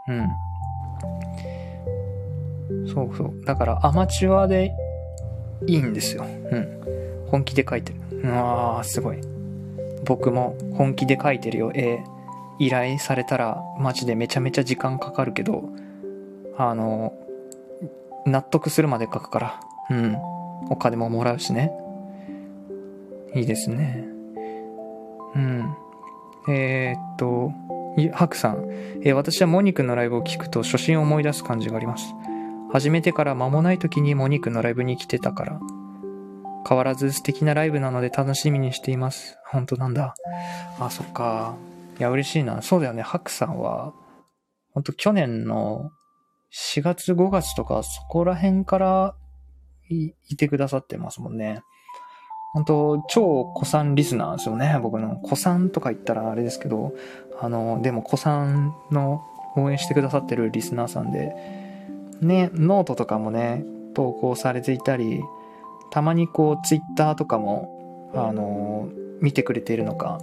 そうそう。だからアマチュアでいいんですよ。本気で描いてる。すごい。僕も本気で描いてるよ。依頼されたらマジでめちゃめちゃ時間かかるけど、納得するまで描くから。お金ももらうしね。いいですね。ハクさん、私はモニ君のライブを聞くと初心を思い出す感じがあります。始めてから間もない時にモニ君のライブに来てたから、変わらず素敵なライブなので楽しみにしています。本当なんだ。そっか。いや、嬉しいな。そうだよね。ハクさんは、本当去年の4月5月とかそこら辺からいてくださってますもんね。本当超古参リスナーですよね。僕の古参とか言ったらあれですけど、でも古参の応援してくださってるリスナーさんでね、ノートとかもね投稿されていたり、たまにツイッターとかも見てくれているのか、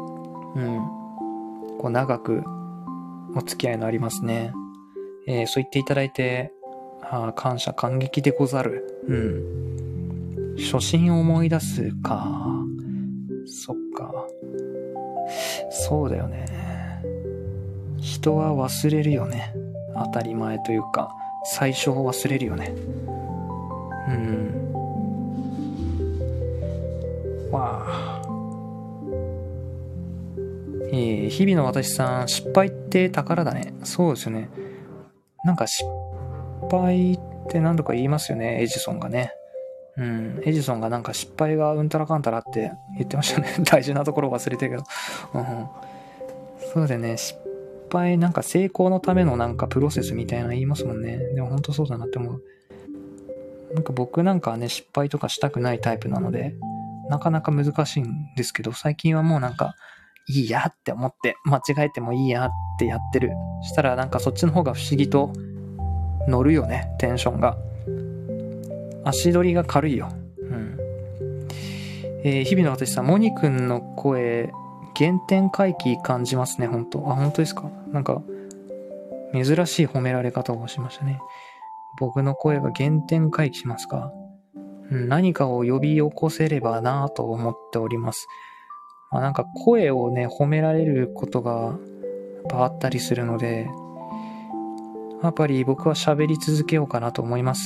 長くお付き合いのありますね。そう言っていただいて感謝感激でござる。初心を思い出すか。そっか。そうだよね。人は忘れるよね。当たり前というか、最初を忘れるよね。日々の私さん、失敗って宝だね。そうですよね。なんか失敗って何度か言いますよね、エジソンがね。エジソンがなんか失敗がうんたらかんたらって言ってましたね。大事なところ忘れてるけど。そうだよね。失敗なんか成功のためのなんかプロセスみたいな言いますもんね。でも本当そうだなって思う。なんか僕なんかはね、失敗とかしたくないタイプなので、なかなか難しいんですけど、最近はもうなんか、いいやって思って、間違えてもいいやってやってる。したらなんかそっちの方が不思議と乗るよね、テンションが。足取りが軽いよ。日々の私さん、モニ君の声、原点回帰感じますね、本当。本当ですか？なんか、珍しい褒められ方をしましたね。僕の声が原点回帰しますか？何かを呼び起こせればなぁと思っております。なんか声をね、褒められることがやっぱあったりするので、やっぱり僕は喋り続けようかなと思います。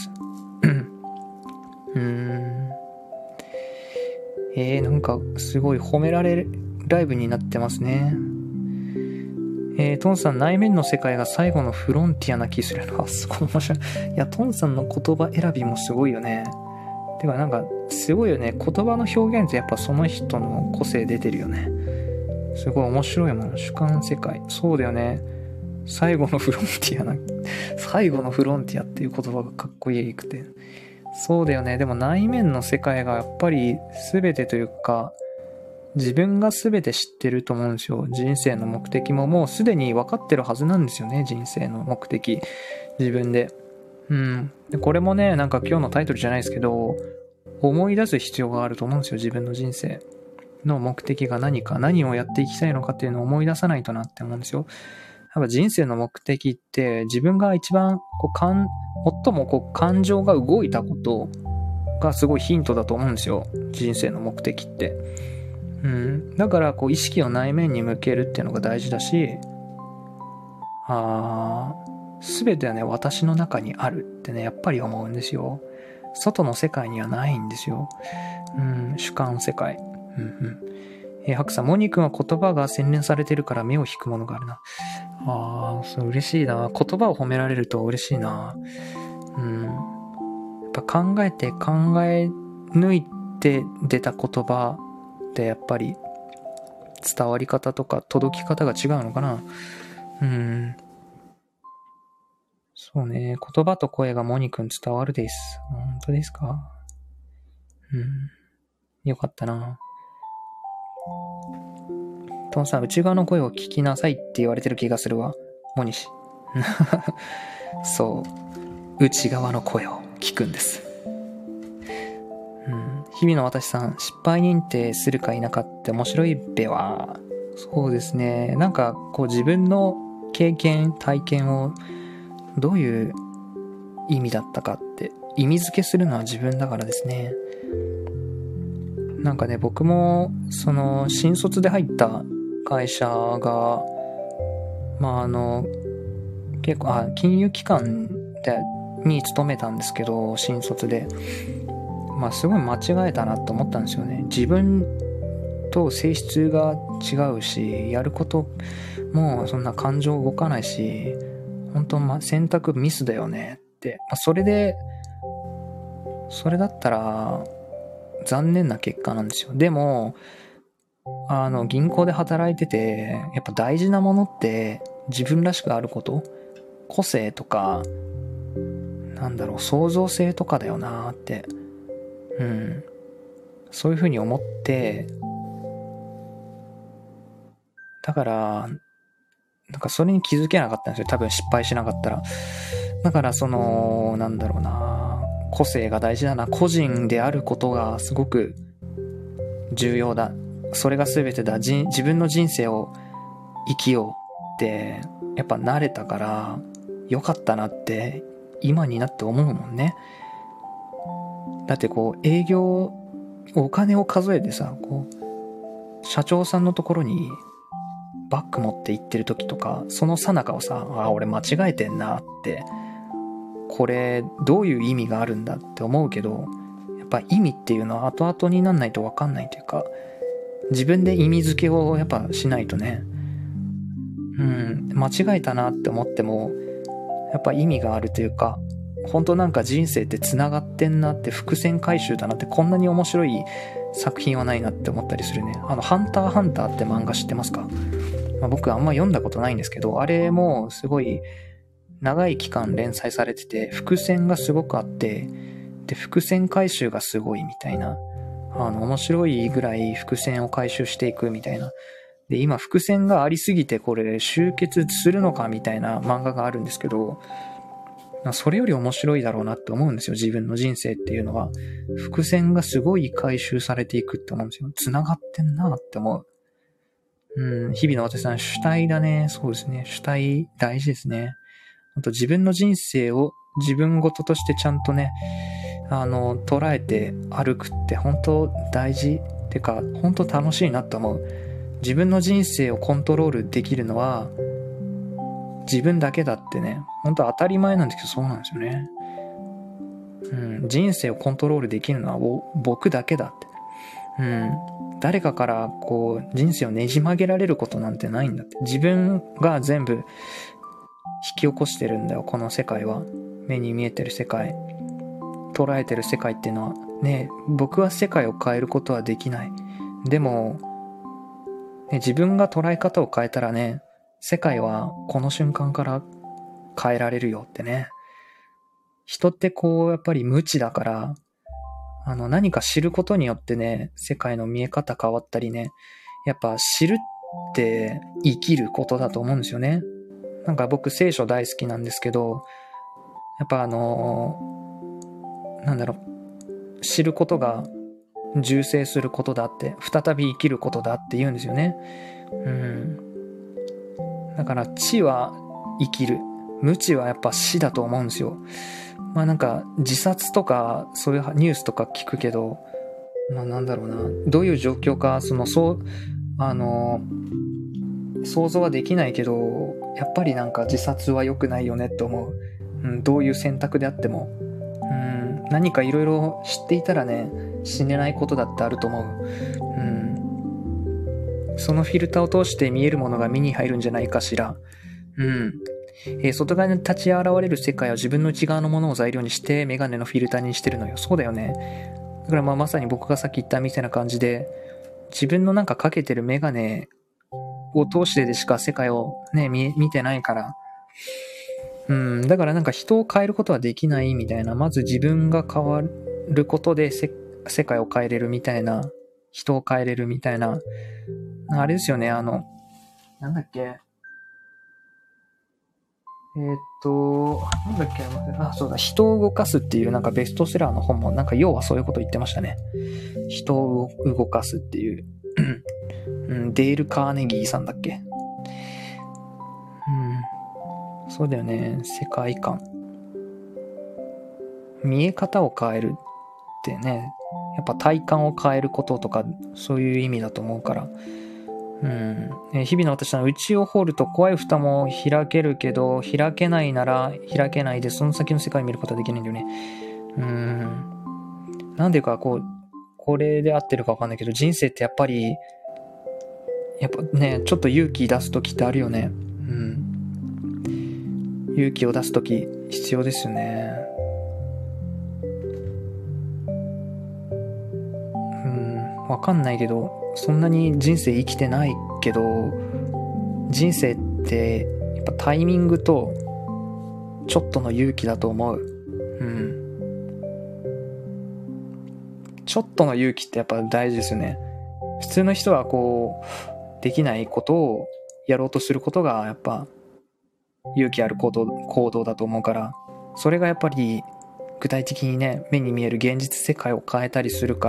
なんかすごい褒められライブになってますね。トンさん、内面の世界が最後のフロンティアな気するな。すごい面白い。いや、トンさんの言葉選びもすごいよね。てかなんか、すごいよね。言葉の表現ってやっぱその人の個性出てるよね。すごい面白いもん。主観世界。そうだよね。最後のフロンティアな、最後のフロンティアっていう言葉がかっこいいくて。そうだよね。でも内面の世界がやっぱり全てというか、自分が全て知ってると思うんですよ。人生の目的ももうすでに分かってるはずなんですよね。人生の目的。自分で。でこれもね、なんか今日のタイトルじゃないですけど、思い出す必要があると思うんですよ。自分の人生の目的が何か、何をやっていきたいのかっていうのを思い出さないとなって思うんですよ。やっぱ人生の目的って自分が一番最も感情が動いたことがすごいヒントだと思うんですよ。人生の目的って。だから意識を内面に向けるっていうのが大事だし、全てはね、私の中にあるってね、やっぱり思うんですよ。外の世界にはないんですよ。主観世界。ハクさん、モニ君は言葉が洗練されてるから目を引くものがあるな。そう嬉しいな。言葉を褒められると嬉しいな。やっぱ考え抜いて出た言葉ってやっぱり伝わり方とか届き方が違うのかな。そうね。言葉と声がモニ君伝わるです。本当ですか？よかったな。トンさん、内側の声を聞きなさいって言われてる気がするわ。モニシ。そう。内側の声を聞くんです。日々の私さん、失敗認定するか否かって面白いべは。そうですね。なんか自分の経験、体験をどういう意味だったかって意味付けするのは自分だからですね。なんかね、僕も新卒で入った会社が結構金融機関に勤めたんですけど、新卒ですごい間違えたなと思ったんですよね。自分と性質が違うし、やることもそんな感情動かないし、本当選択ミスだよねって、それだったら残念な結果なんですよ。でも銀行で働いてて、やっぱ大事なものって自分らしくあること、個性とか創造性とかだよなって、そういう風に思って、だからなんかそれに気づけなかったんですよ。多分失敗しなかったら。だから個性が大事だな、個人であることがすごく重要だ、それが全てだ、自分の人生を生きようってやっぱ慣れたからよかったなって今になって思うもんね。だって営業、お金を数えてさ、社長さんのところにバッグ持って行ってる時とか、その最中をさ、俺間違えてんなって、これどういう意味があるんだって思うけど、やっぱ意味っていうのは後々になんないと分かんないというか、自分で意味付けをやっぱしないとね。間違えたなって思ってもやっぱ意味があるというか、本当なんか人生って繋がってんなって、伏線回収だなって、こんなに面白い作品はないなって思ったりするね。ハンターハンターって漫画知ってますか？僕あんま読んだことないんですけど、あれもすごい長い期間連載されてて、伏線がすごくあって、で伏線回収がすごいみたいな、面白いぐらい伏線を回収していくみたいな。で今伏線がありすぎてこれ集結するのかみたいな漫画があるんですけど、それより面白いだろうなって思うんですよ。自分の人生っていうのは伏線がすごい回収されていくって思うんですよ。繋がってんなって思う。日々の私さん、主体だね。そうですね。主体大事ですね。自分の人生を自分事としてちゃんとね、捉えて歩くって本当大事ってか、本当楽しいなって思う。自分の人生をコントロールできるのは自分だけだってね、本当当たり前なんですけど、そうなんですよね。人生をコントロールできるのは僕だけだって。 誰かからこう人生をねじ曲げられることなんてないんだって。自分が全部引き起こしてるんだよ、この世界は。目に見えてる世界、捉えてる世界っていうのはね。僕は世界を変えることはできない。でも、ね、自分が捉え方を変えたらね、世界はこの瞬間から変えられるよってね。人ってこうやっぱり無知だから、何か知ることによってね、世界の見え方変わったりね、やっぱ知るって生きることだと思うんですよね。なんか僕聖書大好きなんですけど、やっぱ知ることが重生することだって、再び生きることだって言うんですよね。だから知は生きる、無知はやっぱ死だと思うんですよ。なんか自殺とかそういうニュースとか聞くけど、どういう状況か想像はできないけど、やっぱりなんか自殺は良くないよねって思う。どういう選択であっても、何かいろいろ知っていたらね、死ねないことだってあると思う。そのフィルターを通して見えるものが目に入るんじゃないかしら。外側に立ち現れる世界は自分の内側のものを材料にしてメガネのフィルターにしてるのよ。そうだよね。だからまさに僕がさっき言ったみたいな感じで、自分のなんかかけてるメガネを通してでしか世界をね、見てないから。だからなんか人を変えることはできないみたいな。まず自分が変わることで世界を変えれるみたいな。人を変えれるみたいな。あれですよね、なんだっけ。そうだ、人を動かすっていうなんかベストセラーの本もなんか要はそういうこと言ってましたね。人を動かすっていう。デール・カーネギーさんだっけ。そうだよね。世界観。見え方を変えるってね、やっぱ体感を変えることとか、そういう意味だと思うから。日々の私は内を掘ると怖い蓋も開けるけど、開けないなら開けないでその先の世界を見ることはできないんだよね。なんでかこれで合ってるかわかんないけど、人生ってやっぱね、ちょっと勇気出すときってあるよね。勇気を出すとき必要ですよね。わかんないけど、そんなに人生生きてないけど、人生ってやっぱタイミングとちょっとの勇気だと思う。ちょっとの勇気ってやっぱ大事ですよね。普通の人はこうできないことをやろうとすることがやっぱ勇気ある行動だと思うから、それがやっぱり具体的にね、目に見える現実世界を変えたりするから、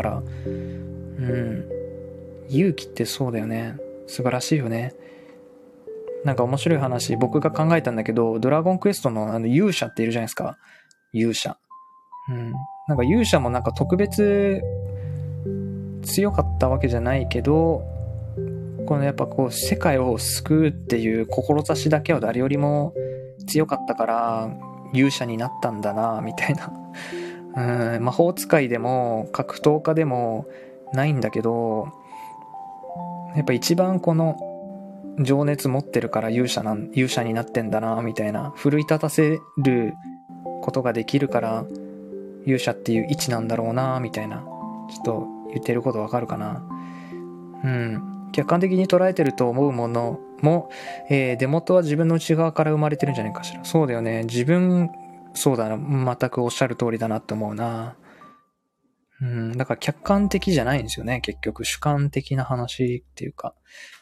勇気ってそうだよね。素晴らしいよね。なんか面白い話僕が考えたんだけど、ドラゴンクエストの勇者っているじゃないですか。勇者。なんか勇者もなんか特別強かったわけじゃないけど、このやっぱこう世界を救うっていう志だけは誰よりも強かったから勇者になったんだなみたいな。魔法使いでも格闘家でもないんだけど、やっぱ一番この情熱持ってるから勇者になってんだなみたいな、奮い立たせることができるから勇者っていう位置なんだろうなみたいな。ちょっと言ってることわかるかな。客観的に捉えてると思うものも、出元は自分の内側から生まれてるんじゃないかしら。そうだよね。そうだな。全くおっしゃる通りだなって思うな。だから客観的じゃないんですよね。結局主観的な話っていうか。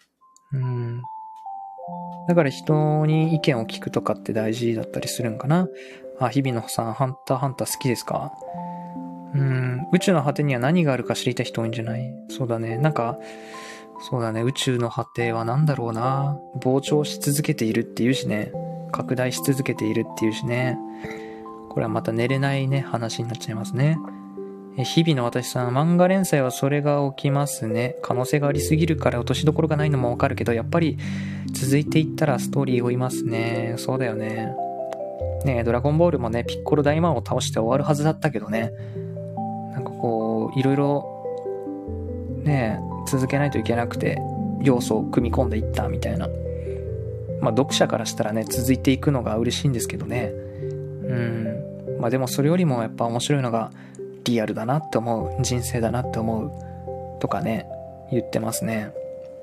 だから人に意見を聞くとかって大事だったりするんかな。日比野さん、ハンターハンター好きですか？宇宙の果てには何があるか知りたい人多いんじゃない？そうだね。そうだね。宇宙の果ては何だろうな。膨張し続けているっていうしね。拡大し続けているっていうしね。これはまた寝れないね、話になっちゃいますね。日々の私さん、漫画連載はそれが起きますね。可能性がありすぎるから落としどころがないのもわかるけど、やっぱり続いていったらストーリー追いますね。そうだよね。ドラゴンボールもね、ピッコロ大魔王を倒して終わるはずだったけどね。なんかこう、いろいろね、 続けないといけなくて要素を組み込んでいったみたいな。読者からしたらね、続いていくのが嬉しいんですけどね。でもそれよりもやっぱ面白いのがリアルだなって思う、人生だなって思うとかね、言ってますね。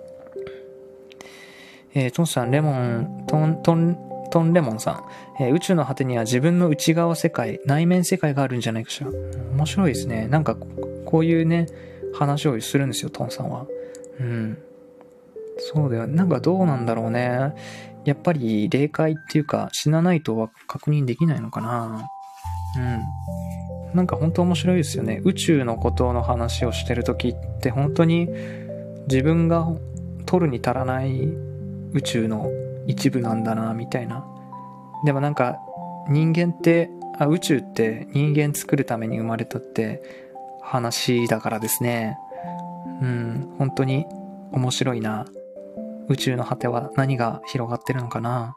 トンさん、トンレモンさん、宇宙の果てには自分の内側世界、内面世界があるんじゃないかしら。面白いですね。なんかこういうね、話をするんですよ、トンさんは。そうだよ。なんかどうなんだろうね。やっぱり霊界っていうか、死なないとは確認できないのかな。なんか本当面白いですよね。宇宙のことの話をしてるときって本当に自分が取るに足らない宇宙の一部なんだなみたいな。でもなんか人間って宇宙って人間作るために生まれたって話だからですね。本当に面白いな。宇宙の果ては何が広がってるのかな。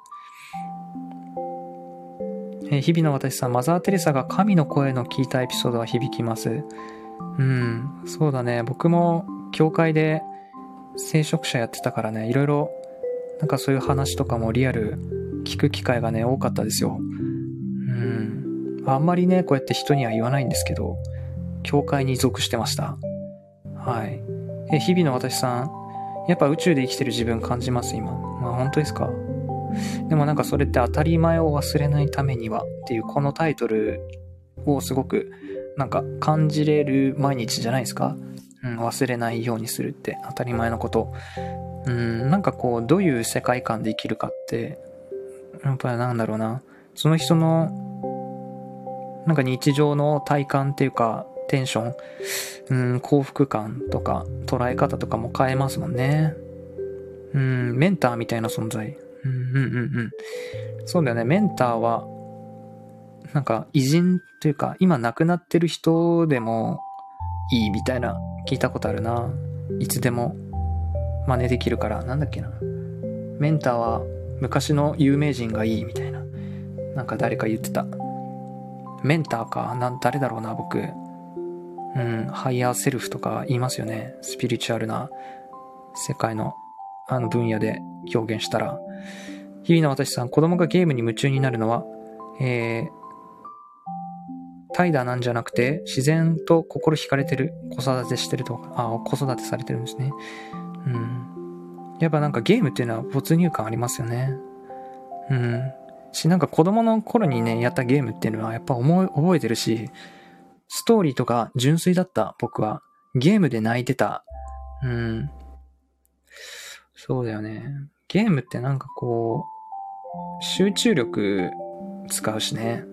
日々の私さん、マザー・テレサが神の声の聞いたエピソードは響きます。そうだね。僕も教会で聖職者やってたからね、いろいろなんかそういう話とかもリアル聞く機会がね、多かったですよ。あんまりね、こうやって人には言わないんですけど、教会に属してました。はい。日々の私さん、やっぱ宇宙で生きてる自分感じます、今。本当ですか？でもなんかそれって当たり前を忘れないためにはっていうこのタイトルをすごくなんか感じれる毎日じゃないですか？忘れないようにするって当たり前のこと。なんかこうどういう世界観で生きるかってやっぱりなんだろうな、その人のなんか日常の体感っていうかテンション、幸福感とか捉え方とかも変えますもんね。メンターみたいな存在。そうだよね。メンターはなんか偉人というか今亡くなってる人でもいいみたいな聞いたことあるな。いつでも真似できるから。なんだっけな。メンターは昔の有名人がいいみたいな。なんか誰か言ってた。メンターか。誰だろうな、僕。ハイヤーセルフとか言いますよね。スピリチュアルな世界の分野で表現したら。日々の私さん、子供がゲームに夢中になるのは、怠惰なんじゃなくて、自然と心惹かれてる、子育てしてるとか、子育てされてるんですね。やっぱなんかゲームっていうのは没入感ありますよね。なんか子供の頃にね、やったゲームっていうのはやっぱ覚えてるし、ストーリーとか純粋だった、僕は。ゲームで泣いてた。そうだよね。ゲームってなんかこう、集中力使うしね。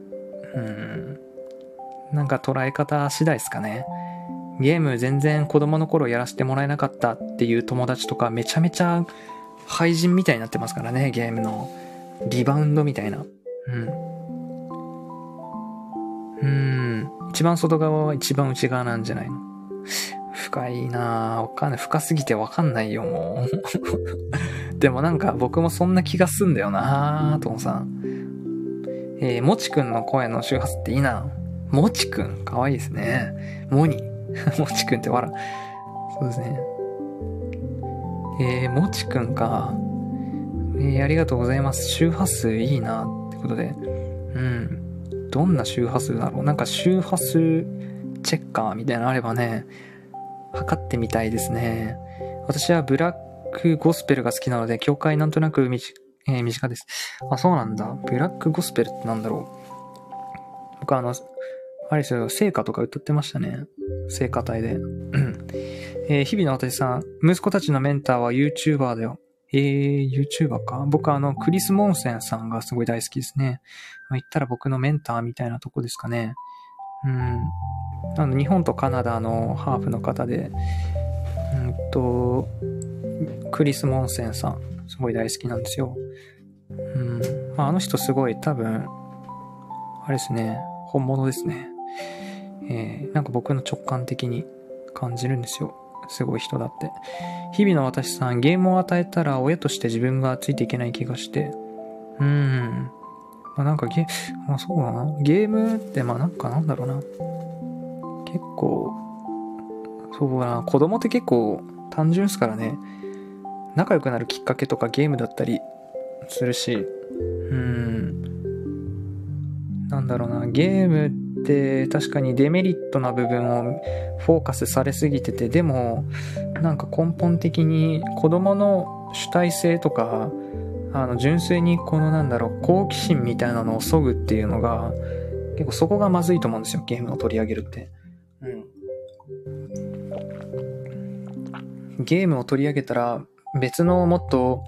なんか捉え方次第ですかね。ゲーム全然子供の頃やらせてもらえなかったっていう友達とかめちゃめちゃ廃人みたいになってますからね、ゲームのリバウンドみたいな。一番外側は一番内側なんじゃないの？深いなぁ。わかんない。深すぎてわかんないよ、もう。でもなんか僕もそんな気がすんだよなぁ、トンさん。もちくんの声の周波数っていいな。もちくん、かわいいですね。もちくんって笑う。そうですね。もちくんか。ありがとうございます。周波数いいなってことで。どんな周波数だろう。なんか周波数チェッカーみたいなのあればね、測ってみたいですね。私はブラックゴスペルが好きなので、教会なんとなく身近です。そうなんだ。ブラックゴスペルってなんだろう。僕あれですよ、聖歌とか歌ってましたね。聖歌隊で。日々の私さん、息子たちのメンターは YouTuber だよ。YouTuber か。僕クリス・モンセンさんがすごい大好きですね。言ったら僕のメンターみたいなとこですかね。日本とカナダのハーフの方で、クリス・モンセンさん、すごい大好きなんですよ。あの人すごい多分、あれですね、本物ですね。なんか僕の直感的に感じるんですよ。すごい人だって。日々の私さん、ゲームを与えたら親として自分がついていけない気がして。なんかそうだな。ゲームってなんかだろうな。結構、そうだな。子供って結構単純ですからね。仲良くなるきっかけとかゲームだったりするし、なんだろうな、ゲームって確かにデメリットな部分をフォーカスされすぎてて、でもなんか根本的に子供の主体性とか、純粋にこの好奇心みたいなのを削ぐっていうのが、結構そこがまずいと思うんですよ、ゲームを取り上げるって。ゲームを取り上げたら別のもっと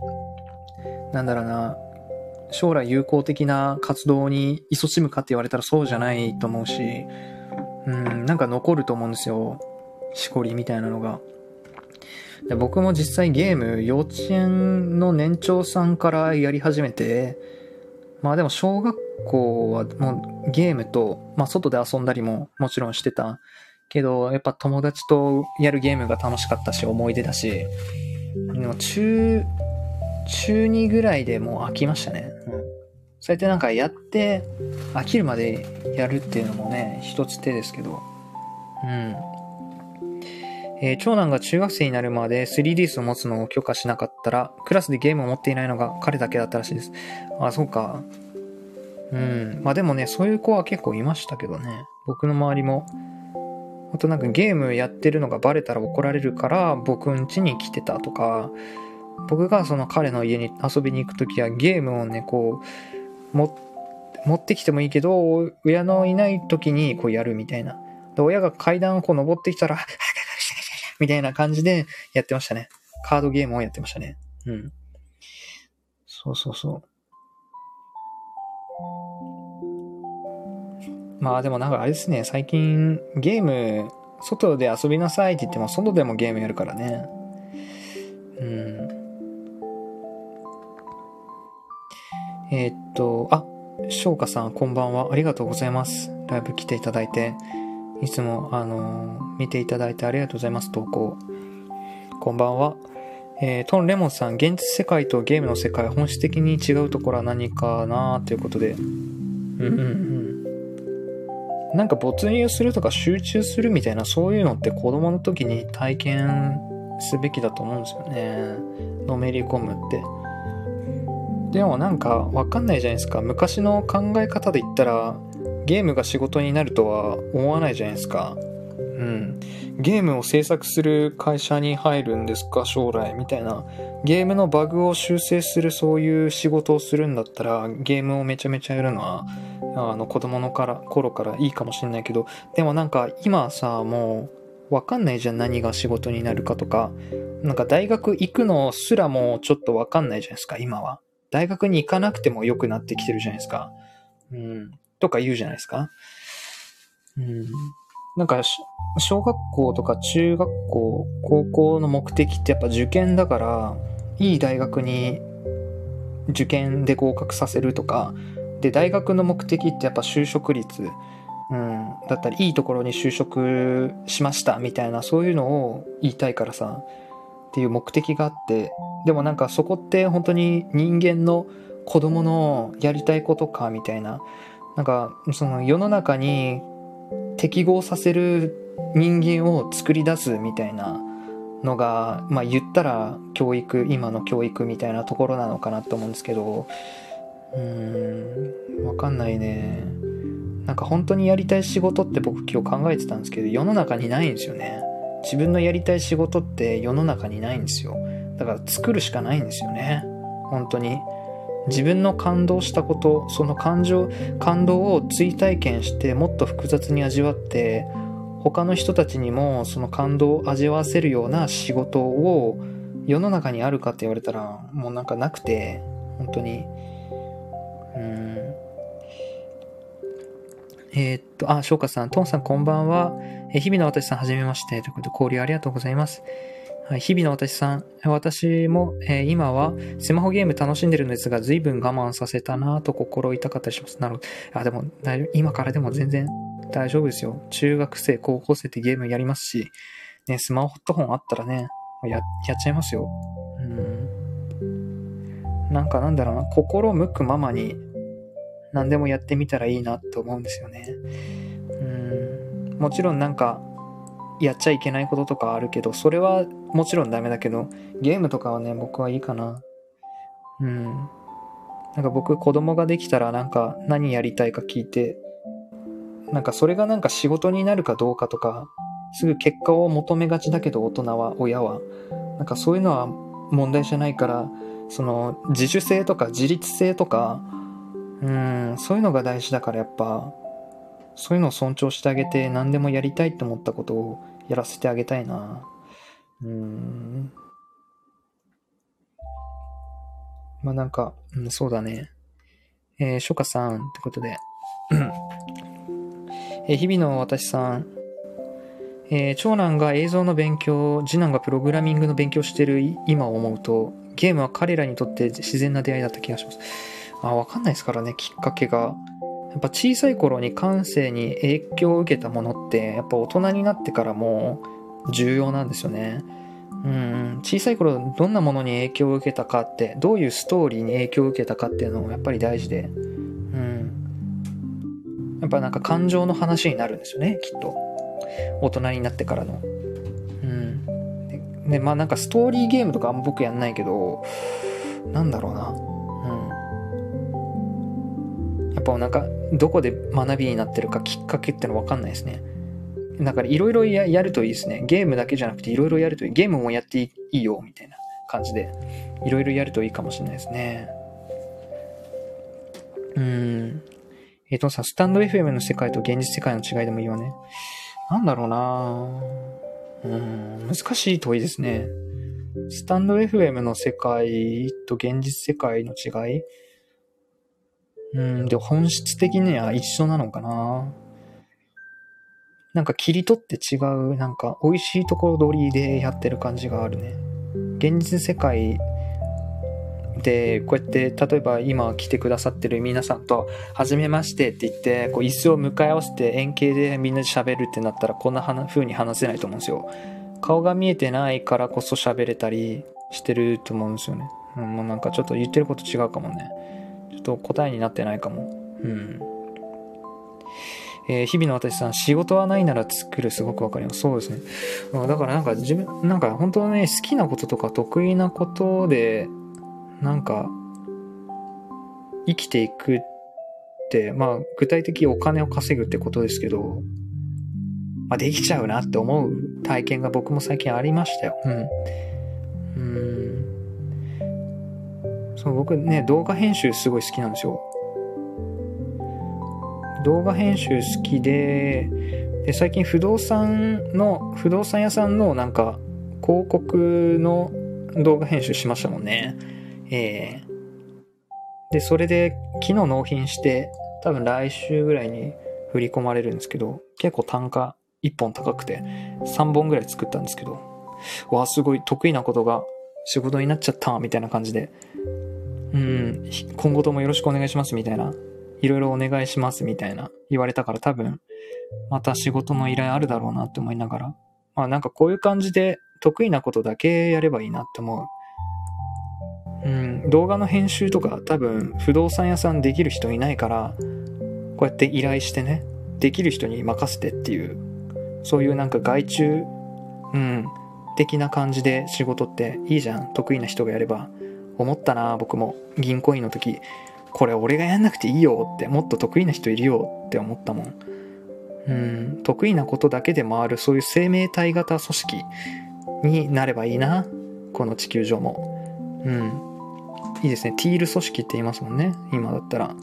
将来有効的な活動に勤しむかって言われたらそうじゃないと思うし、なんか残ると思うんですよ、しこりみたいなのが。で、僕も実際ゲーム幼稚園の年長さんからやり始めて、まあでも小学校はもうゲームと、外で遊んだりももちろんしてたけど、やっぱ友達とやるゲームが楽しかったし思い出だし、でも中2ぐらいでもう飽きましたね。そうやってなんかやって飽きるまでやるっていうのもね、一つ手ですけど。長男が中学生になるまで 3DS を持つのを許可しなかったら、クラスでゲームを持っていないのが彼だけだったらしいです。あ、そうか。まあでもね、そういう子は結構いましたけどね。僕の周りも。あとなんかゲームやってるのがバレたら怒られるから僕ん家に来てたとか、僕がその彼の家に遊びに行くときはゲームをね、持ってきてもいいけど、親のいないときにやるみたいな。で、親が階段を登ってきたら、みたいな感じでやってましたね。カードゲームをやってましたね。そう。まあでもなんかあれですね、最近ゲーム、外で遊びなさいって言っても外でもゲームやるからね。翔歌さんこんばんは。ありがとうございます。ライブ来ていただいて。いつも見ていただいてありがとうございます。投稿。こんばんは。トンレモンさん、現実世界とゲームの世界、本質的に違うところは何かなということで。なんか没入するとか集中するみたいな、そういうのって子供の時に体験すべきだと思うんですよね。のめり込むって。でもなんかわかんないじゃないですか。昔の考え方で言ったらゲームが仕事になるとは思わないじゃないですか。ゲームを制作する会社に入るんですか将来みたいな。ゲームのバグを修正するそういう仕事をするんだったらゲームをめちゃめちゃやるのは子供の頃からいいかもしれないけど、でもなんか今さ、もうわかんないじゃん、何が仕事になるかとか。なんか大学行くのすらもちょっとわかんないじゃないですか今は。大学に行かなくても良くなってきてるじゃないですか。とか言うじゃないですか。なんか小学校とか中学校、高校の目的ってやっぱ受験だから、いい大学に受験で合格させるとか、で、大学の目的ってやっぱ就職率、だったり、いいところに就職しましたみたいな、そういうのを言いたいからさ、っていう目的があって、でもなんかそこって本当に人間の子供のやりたいことかみたいな、なんかその世の中に適合させる人間を作り出すみたいなのが、まあ言ったら教育、今の教育みたいなところなのかなと思うんですけど、わかんないね。なんか本当にやりたい仕事って僕今日考えてたんですけど、世の中にないんですよね。自分のやりたい仕事って世の中にないんですよ。だから作るしかないんですよね。本当に。自分の感動したこと、その感動を追体験してもっと複雑に味わって、他の人たちにもその感動を味わわせるような仕事を世の中にあるかって言われたらもうなんかなくて、本当に。翔歌さん、トンさんこんばんは。日々の私さんはじめまして。ということで交流ありがとうございます。日々の私さん、私も、今はスマホゲーム楽しんでるんですが、随分我慢させたなぁと心痛かったりします。なるほど。でも、今からでも全然大丈夫ですよ。中学生、高校生ってゲームやりますし、ね、スマホットフォンあったらね、やっちゃいますよ。なんかなんだろうな、心向くままに何でもやってみたらいいなと思うんですよね。もちろんなんか、 やっちゃいけないこととかあるけど、それはもちろんダメだけど、ゲームとかはね、僕はいいかな。なんか僕、子供ができたらなんか何やりたいか聞いて、なんかそれがなんか仕事になるかどうかとか、すぐ結果を求めがちだけど、大人は、親は。なんかそういうのは問題じゃないから、その自主性とか自立性とか、そういうのが大事だから、やっぱそういうのを尊重してあげて、何でもやりたいって思ったことをやらせてあげたいな。まあなんか、そうだね。初夏さんってことで、日々の私さん、長男が映像の勉強、次男がプログラミングの勉強している今を思うと、ゲームは彼らにとって自然な出会いだった気がします。わかんないですからね、きっかけが。やっぱ小さい頃に感性に影響を受けたものって、やっぱ大人になってからも重要なんですよね。小さい頃どんなものに影響を受けたかって、どういうストーリーに影響を受けたかっていうのもやっぱり大事で、やっぱなんか感情の話になるんですよね、きっと。大人になってからの。で、まあなんかストーリーゲームとかあんま僕やんないけど、なんだろうな。やっぱなんかどこで学びになってるかきっかけっての分かんないですね。だからいろいろやるといいですね。ゲームだけじゃなくていろいろやるといい。ゲームもやっていいよみたいな感じでいろいろやるといいかもしれないですね。さ、スタンド FM の世界と現実世界の違いでもいいよね。なんだろうな。難しい問いですね。スタンド FM の世界と現実世界の違い。で本質的には一緒なのかな。なんか切り取って違う、なんか美味しいところ取りでやってる感じがあるね。現実世界でこうやって例えば今来てくださってる皆さんと初めましてって言ってこう椅子を向かい合わせて円形でみんなで喋るってなったらこんな風に話せないと思うんですよ。顔が見えてないからこそ喋れたりしてると思うんですよね。もうなんかちょっと言ってること違うかもね。ちょっと答えになってないかも。日々の私さん、仕事はないなら作る、すごくわかります。そうですね。だからなんか自分、なんか本当ね、好きなこととか得意なことで、なんか、生きていくって、まあ、具体的にお金を稼ぐってことですけど、まあ、できちゃうなって思う体験が僕も最近ありましたよ。そう、僕ね、動画編集すごい好きなんですよ。動画編集好きで、最近不動産屋さんのなんか広告の動画編集しましたもんね。で、それで昨日納品して多分来週ぐらいに振り込まれるんですけど、結構単価1本高くて3本ぐらい作ったんですけど、わあすごい得意なことが仕事になっちゃったみたいな感じで、今後ともよろしくお願いしますみたいな、いろいろお願いしますみたいな言われたから多分また仕事の依頼あるだろうなって思いながら、まあなんかこういう感じで得意なことだけやればいいなって思う。動画の編集とか多分不動産屋さんできる人いないから、こうやって依頼してね、できる人に任せてっていう、そういうなんか外注的な感じで仕事っていいじゃん、得意な人がやれば。思ったな。僕も銀行員の時、これ俺がやんなくていいよって、もっと得意な人いるよって思ったもん。得意なことだけで回る、そういう生命体型組織になればいいな、この地球上も。いいですね。ティール組織って言いますもんね、今だったら。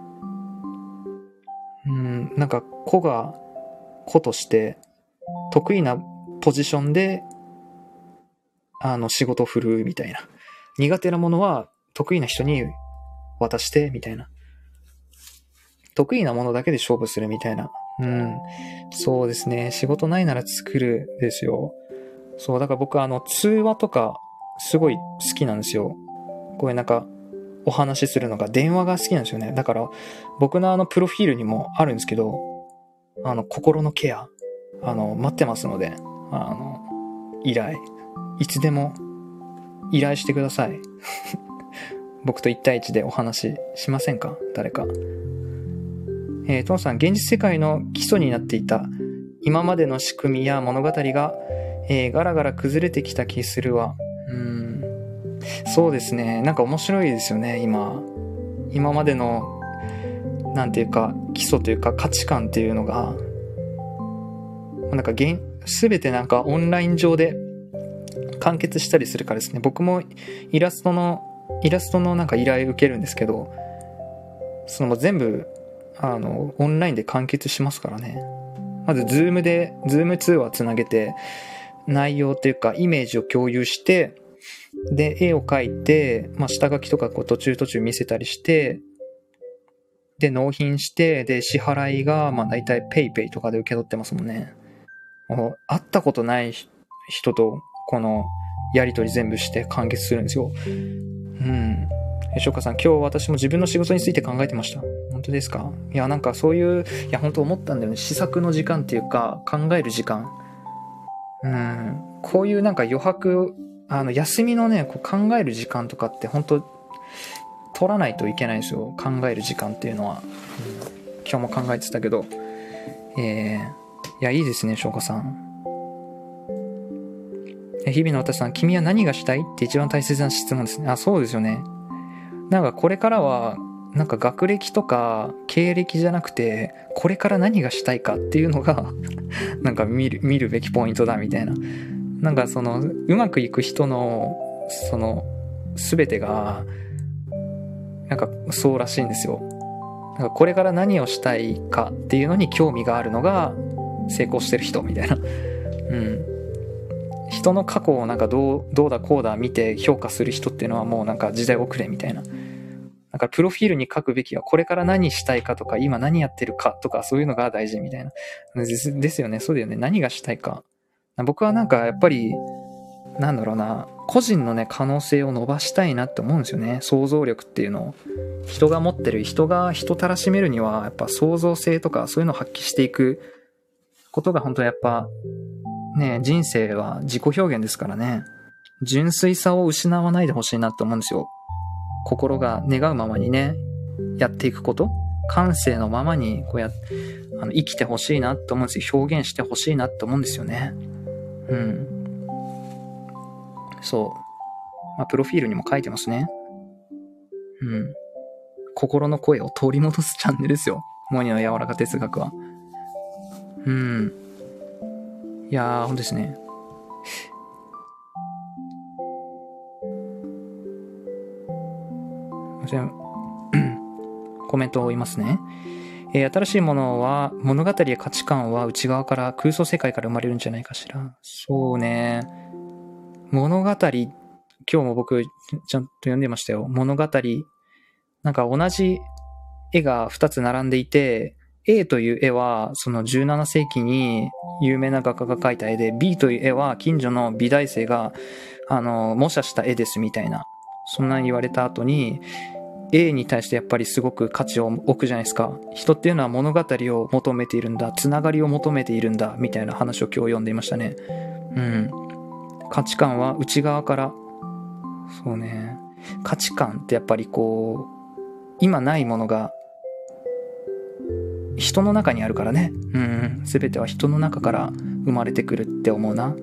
なんか個が個として得意なポジションで仕事を振るうみたいな。苦手なものは得意な人に渡してみたいな。得意なものだけで勝負するみたいな。そうですね。仕事ないなら作るですよ。そう、だから僕通話とかすごい好きなんですよ。こういうなんかお話しするのが、電話が好きなんですよね。だから僕のプロフィールにもあるんですけど、心のケア待ってますので、依頼いつでも依頼してください。僕と1対1でお話ししませんか、誰か。トンさん、現実世界の基礎になっていた今までの仕組みや物語が、ガラガラ崩れてきた気するわ。そうですね。なんか面白いですよね、今までの、なんていうか、基礎というか価値観っていうのが、なんかすべてなんかオンライン上で完結したりするからですね。僕もイラストのなんか依頼受けるんですけど、その全部、オンラインで完結しますからね。まず、ズーム通話つなげて、内容というか、イメージを共有して、で、絵を描いて、下書きとかこう途中見せたりして、で、納品して、で、支払いが、大体ペイペイとかで受け取ってますもんね。会ったことない人と、この、やりとり全部して完結するんですよ。しょうかさん、今日私も自分の仕事について考えてました。本当ですか？いや、なんかそういう、本当思ったんだよね。試作の時間っていうか、考える時間。こういうなんか余白、休みのね、こう考える時間とかって本当取らないといけないんですよ。考える時間っていうのは。今日も考えてたけど。いや、いいですね、しょうかさん。日々の私さん、君は何がしたいって一番大切な質問ですね。そうですよね。なんかこれからは、なんか学歴とか経歴じゃなくて、これから何がしたいかっていうのが、なんか見るべきポイントだみたいな。なんかその、うまくいく人の、その、すべてが、なんかそうらしいんですよ。なんかこれから何をしたいかっていうのに興味があるのが、成功してる人みたいな。人の過去をなんかどうだこうだ見て評価する人っていうのはもうなんか時代遅れみたいな。なんかプロフィールに書くべきはこれから何したいかとか今何やってるかとかそういうのが大事みたいな。ですよね。そうだよね。何がしたいか。僕はなんかやっぱりなんだろうな、個人のね可能性を伸ばしたいなって思うんですよね。想像力っていうのを人が持ってる、人たらしめるにはやっぱ創造性とかそういうのを発揮していくことが本当やっぱね、人生は自己表現ですからね。純粋さを失わないでほしいなと思うんですよ。心が願うままにね、やっていくこと、感性のままにこう生きてほしいなと思うんですよ。表現してほしいなと思うんですよね。そう。プロフィールにも書いてますね。心の声を取り戻すチャンネルですよ。モニの柔らか哲学は。いやー、ほんとですね。コメントを言いますね。新しいものは、物語や価値観は内側から空想世界から生まれるんじゃないかしら。そうね。物語、今日も僕ちゃんと読んでましたよ。物語、なんか同じ絵が2つ並んでいて、A という絵はその17世紀に有名な画家が描いた絵で、 B という絵は近所の美大生が模写した絵ですみたいな、そんなに言われた後に A に対してやっぱりすごく価値を置くじゃないですか。人っていうのは物語を求めているんだ、つながりを求めているんだみたいな話を今日読んでいましたね。価値観は内側から。そうね、価値観ってやっぱりこう今ないものが人の中にあるからね。全ては人の中から生まれてくるって思うな。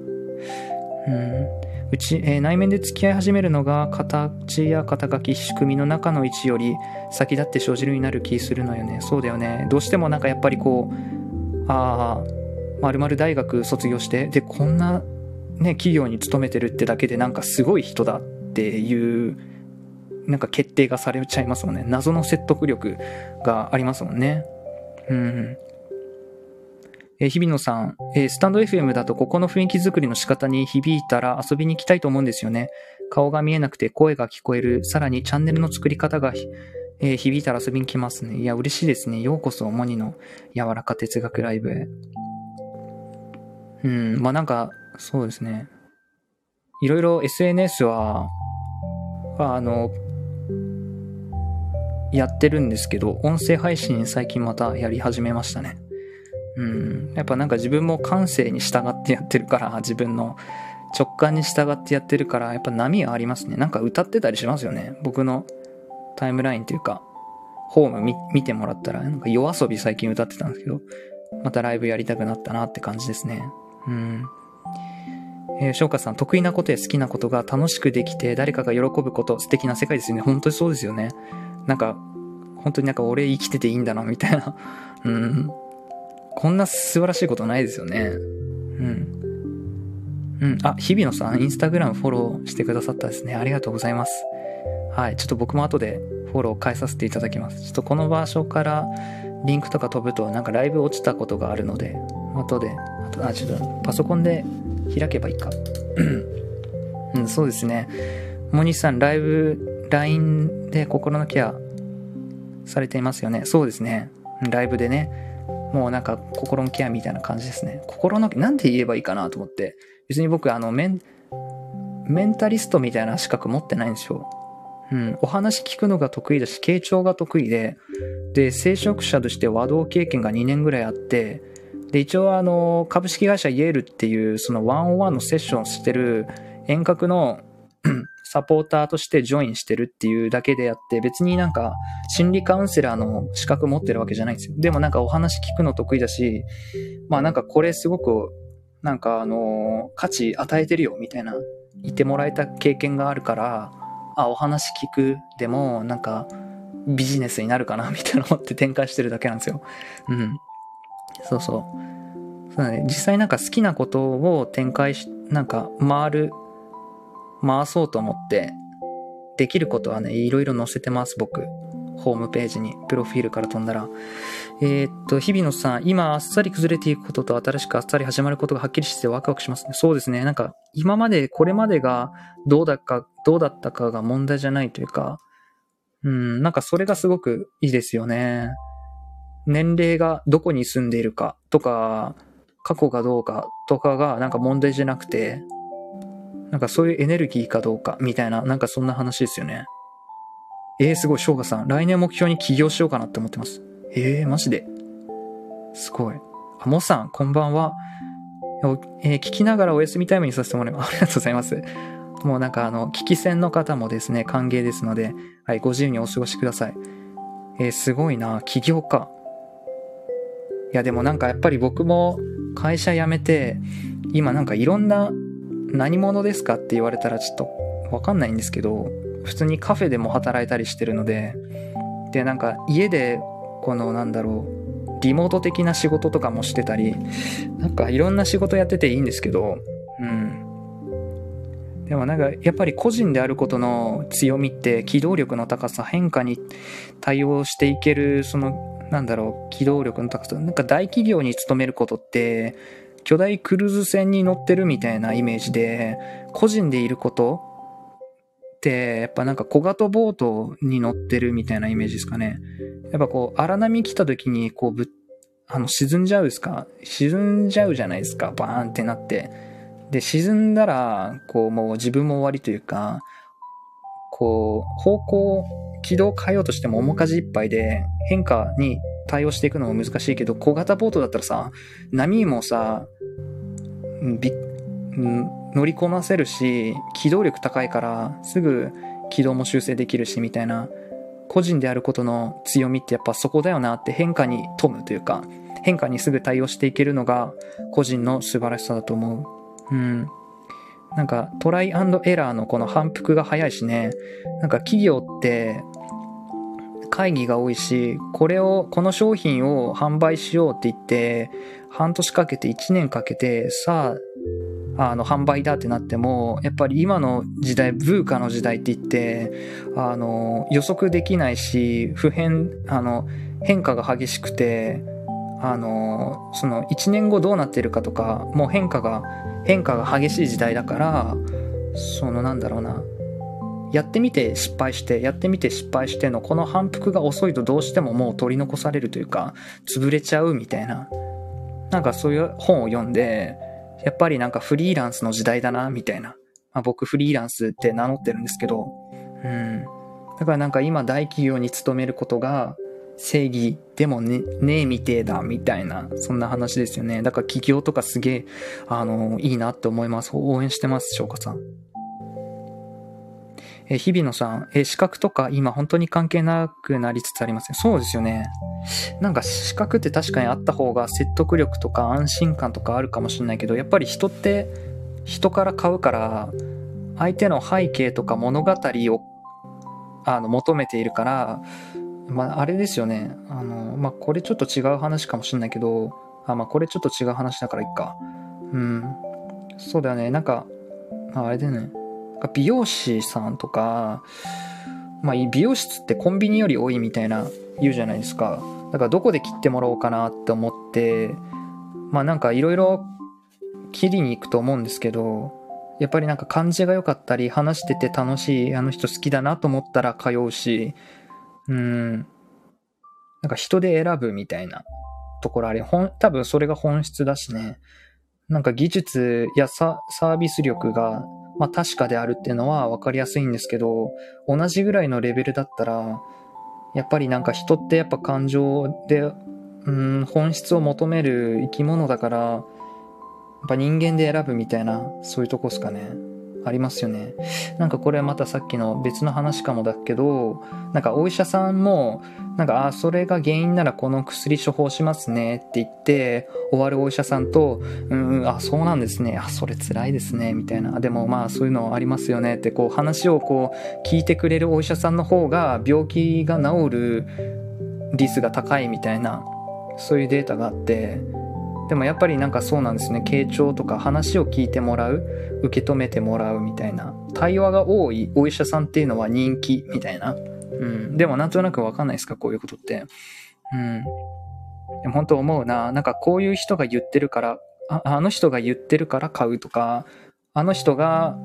内面で付き合い始めるのが形や肩書き、仕組みの中の位置より先立って生じるようになる気するのよね。そうだよね。どうしてもなんかやっぱりこう、〇〇大学卒業して、で、こんなね、企業に勤めてるってだけでなんかすごい人だっていう、なんか決定がされちゃいますもんね。謎の説得力がありますもんね。日比野さん、スタンド FM だとここの雰囲気作りの仕方に響いたら遊びに行きたいと思うんですよね。顔が見えなくて声が聞こえる。さらにチャンネルの作り方が、響いたら遊びに来ますね。いや、嬉しいですね。ようこそモニの柔らか哲学ライブへ。なんか、そうですね。いろいろ SNS は、やってるんですけど、音声配信最近またやり始めましたね。やっぱなんか自分も感性に従ってやってるから、自分の直感に従ってやってるから、やっぱ波はありますね。なんか歌ってたりしますよね。僕のタイムラインというか、ホーム見てもらったら、なんか夜遊び最近歌ってたんですけど、 またライブやりたくなったなって感じですね。翔歌さん、得意なことや好きなことが楽しくできて誰かが喜ぶこと、素敵な世界ですよね。本当にそうですよね。なんか本当に俺生きてていいんだなみたいなこんな素晴らしいことないですよね。あ、日比野さん、インスタグラムフォローしてくださったですね。ありがとうございます。はい、ちょっと僕も後でフォロー返させていただきます。ちょっとこの場所からリンクとか飛ぶとなんかライブ落ちたことがあるので、後で、ちょっとパソコンで開けばいいか。そうですね。モニさん、LINE で心のケアされていますよね。そうですね。ライブでね。もうなんか心のケアみたいな感じですね。心のケア、なんて言えばいいかなと思って。別に僕メンタリストみたいな資格持ってないんですよ。お話聞くのが得意だし、傾聴が得意で、聖職者として和道経験が2年ぐらいあって、で、一応株式会社イエールっていうそのワンオンワンのセッションをしてる遠隔のサポーターとしてジョインしてるっていうだけであって、別になんか心理カウンセラーの資格持ってるわけじゃないんですよ。でもなんかお話聞くの得意だし、まあなんかこれすごくなんか価値与えてるよみたいな言ってもらえた経験があるから、お話聞くでもなんかビジネスになるかなみたいな思って展開してるだけなんですよ。そうだね。実際なんか好きなことを展開し、なんか回そうと思ってできることはね、いろいろ載せてます、僕。ホームページに、プロフィールから飛んだら。日比野さん、今あっさり崩れていくことと新しくあっさり始まることがはっきりしてワクワクしますね。そうですね。なんか、これまでがどうだったかが問題じゃないというか、なんかそれがすごくいいですよね。年齢がどこに住んでいるかとか、過去がどうかとかがなんか問題じゃなくて、なんかそういうエネルギーかどうかみたいな、なんかそんな話ですよね。すごい、翔賀さん。来年を目標に起業しようかなって思ってます。マジで。すごい。モさん、こんばんは。聞きながらお休みタイムにさせてもらいます。ありがとうございます。もうなんか聞き戦の方もですね、歓迎ですので、はい、ご自由にお過ごしください。すごいな、起業か。いやでもなんかやっぱり僕も会社辞めて、今なんかいろんな何者ですかって言われたらちょっとわかんないんですけど、普通にカフェでも働いたりしてるので、でなんか家でこのリモート的な仕事とかもしてたり、なんかいろんな仕事やってていいんですけど、でもなんかやっぱり個人であることの強みって機動力の高さ、変化に対応していける機動力の高さ、なんか大企業に勤めることって巨大クルーズ船に乗ってるみたいなイメージで、個人でいることってやっぱなんか小型ボートに乗ってるみたいなイメージですかね。やっぱ荒波来た時に沈んじゃうじゃないですか、バーンってなって。で沈んだらもう自分も終わりというか、軌道を変えようとしても面舵いっぱいで変化に対応していくのも難しいけど、小型ボートだったらさ、波もさ乗りこなせるし、機動力高いからすぐ軌道も修正できるしみたいな、個人であることの強みってやっぱそこだよなって、変化に富むというか、変化にすぐ対応していけるのが個人の素晴らしさだと思う。なんかトライアンドエラーのこの反復が早いしね。なんか企業って会議が多いし、この商品を販売しようって言って半年かけて1年かけてさあ販売だってなっても、やっぱり今の時代、VUCAの時代って言って予測できないし、変化が激しくて、その1年後どうなってるかとか、もう変化が激しい時代だから、やってみて失敗してのこの反復が遅いと、どうしてももう取り残されるというか潰れちゃうみたいな、なんかそういう本を読んで、やっぱりなんかフリーランスの時代だなみたいな、僕フリーランスって名乗ってるんですけど、だからなんか今大企業に勤めることが正義でもねえみてえだみたいな、そんな話ですよね。だから起業とかすげえいいなって思います。応援してます、翔子さん。 日比野さん、資格とか今本当に関係なくなりつつありますね。そうですよね。なんか資格って確かにあった方が説得力とか安心感とかあるかもしれないけど、やっぱり人って人から買うから、相手の背景とか物語を求めているから、あれですよね。これちょっと違う話かもしれないけど、これちょっと違う話だからいいか。そうだよね。なんか、あれだよね。美容師さんとか、美容室ってコンビニより多いみたいな言うじゃないですか。だからどこで切ってもらおうかなって思って、なんかいろいろ切りに行くと思うんですけど、やっぱりなんか感じが良かったり、話してて楽しい、あの人好きだなと思ったら通うし、なんか人で選ぶみたいなところあれ、多分それが本質だしね。なんか技術やサービス力が、確かであるっていうのは分かりやすいんですけど、同じぐらいのレベルだったら、やっぱりなんか人ってやっぱ感情で、本質を求める生き物だから、やっぱ人間で選ぶみたいな、そういうとこですかね。ありますよね。なんかこれまたさっきの別の話かもだけど、なんかお医者さんも、なんか、それが原因ならこの薬処方しますねって言って、終わるお医者さんと、そうなんですね。それ辛いですね。みたいな。でもそういうのありますよねって、こう話を聞いてくれるお医者さんの方が病気が治る率が高いみたいな、そういうデータがあって、でもやっぱりなんかそうなんですね。傾聴とか話を聞いてもらう、受け止めてもらうみたいな。対話が多いお医者さんっていうのは人気みたいな。でもなんとなくわかんないですか、こういうことって。でも本当思うな。なんかこういう人が言ってるから、あの人が言ってるから買うとか、あの人が、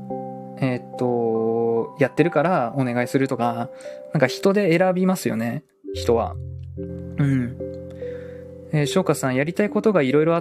やってるからお願いするとか、なんか人で選びますよね、人は。翔歌さん、やりたいことがいろいろあって、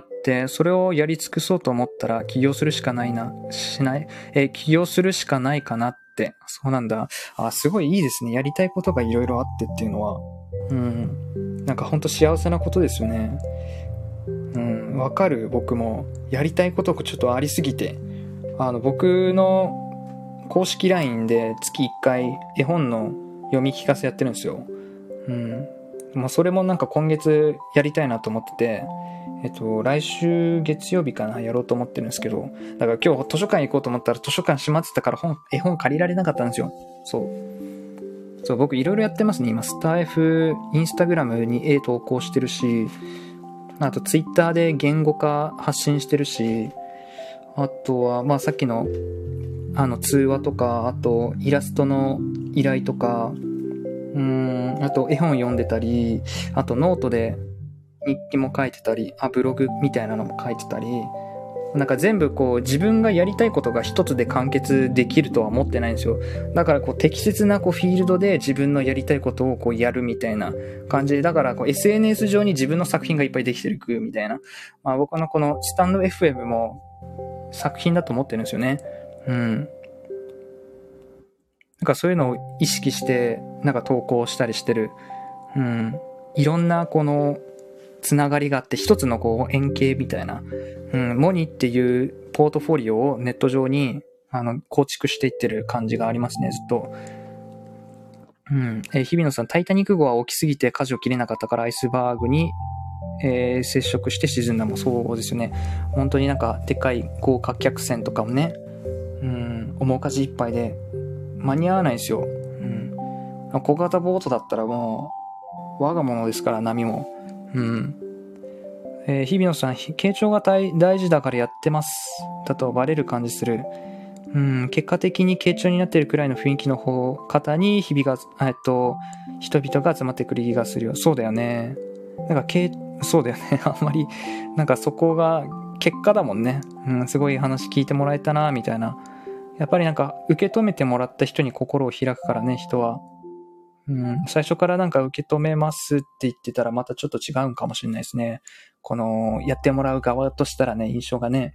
それをやり尽くそうと思ったら起業するしかないな、起業するしかないかなって。そうなんだ。すごいいいですね。やりたいことがいろいろあってっていうのは。なんかほんと幸せなことですよね。わかる。僕も。やりたいことがちょっとありすぎて。僕の公式 LINE で月1回絵本の読み聞かせやってるんですよ。それもなんか今月やりたいなと思ってて、来週月曜日かな、やろうと思ってるんですけど、だから今日図書館行こうと思ったら図書館閉まってたから絵本借りられなかったんですよ。そう、僕いろいろやってますね、今。スタイフ、インスタグラムに絵投稿してるし、あとツイッターで言語化発信してるし、あとは、さっきの、通話とか、あとイラストの依頼とか、あと絵本読んでたり、あとノートで日記も書いてたり、ブログみたいなのも書いてたり、なんか全部自分がやりたいことが一つで完結できるとは思ってないんですよ。だから適切なフィールドで自分のやりたいことをやるみたいな感じで、だからSNS 上に自分の作品がいっぱいできていくみたいな。僕のこのスタンド FM も作品だと思ってるんですよね。なんかそういうのを意識してなんか投稿したりしてる。いろんなつながりがあって一つの円形みたいな、モニっていうポートフォリオをネット上に構築していってる感じがありますね、ずっと。日比野さん、タイタニック号は大きすぎて舵を切れなかったからアイスバーグに、接触して沈んだもそうですよね。本当になんかでっかい豪華客船とかもね、面舵いっぱいで間に合わないですよ。小型ボートだったらもう我が物ですから、波も。日比野さん、傾聴が大事だからやってますだとバレる感じする。結果的に傾聴になっているくらいの雰囲気の方に人々が集まってくる気がするよ。そうだよね。なんかそうだよね。あんまりなんかそこが結果だもんね。すごい話聞いてもらえたなみたいな。やっぱりなんか受け止めてもらった人に心を開くからね、人は。最初からなんか受け止めますって言ってたらまたちょっと違うんかもしれないですね。やってもらう側としたらね、印象がね。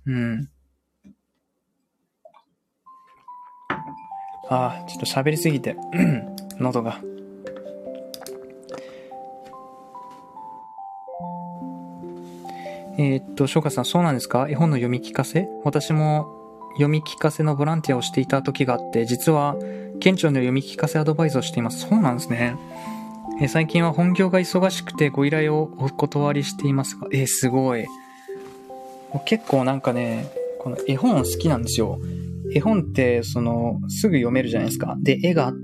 ちょっと喋りすぎて、喉が。翔歌さん、そうなんですか？絵本の読み聞かせ？私も読み聞かせのボランティアをしていた時があって、実は県庁の読み聞かせアドバイスをしています。そうなんですね。最近は本業が忙しくてご依頼をお断りしていますが、すごい。結構なんかね、この絵本好きなんですよ。絵本ってすぐ読めるじゃないですか。で、絵があって、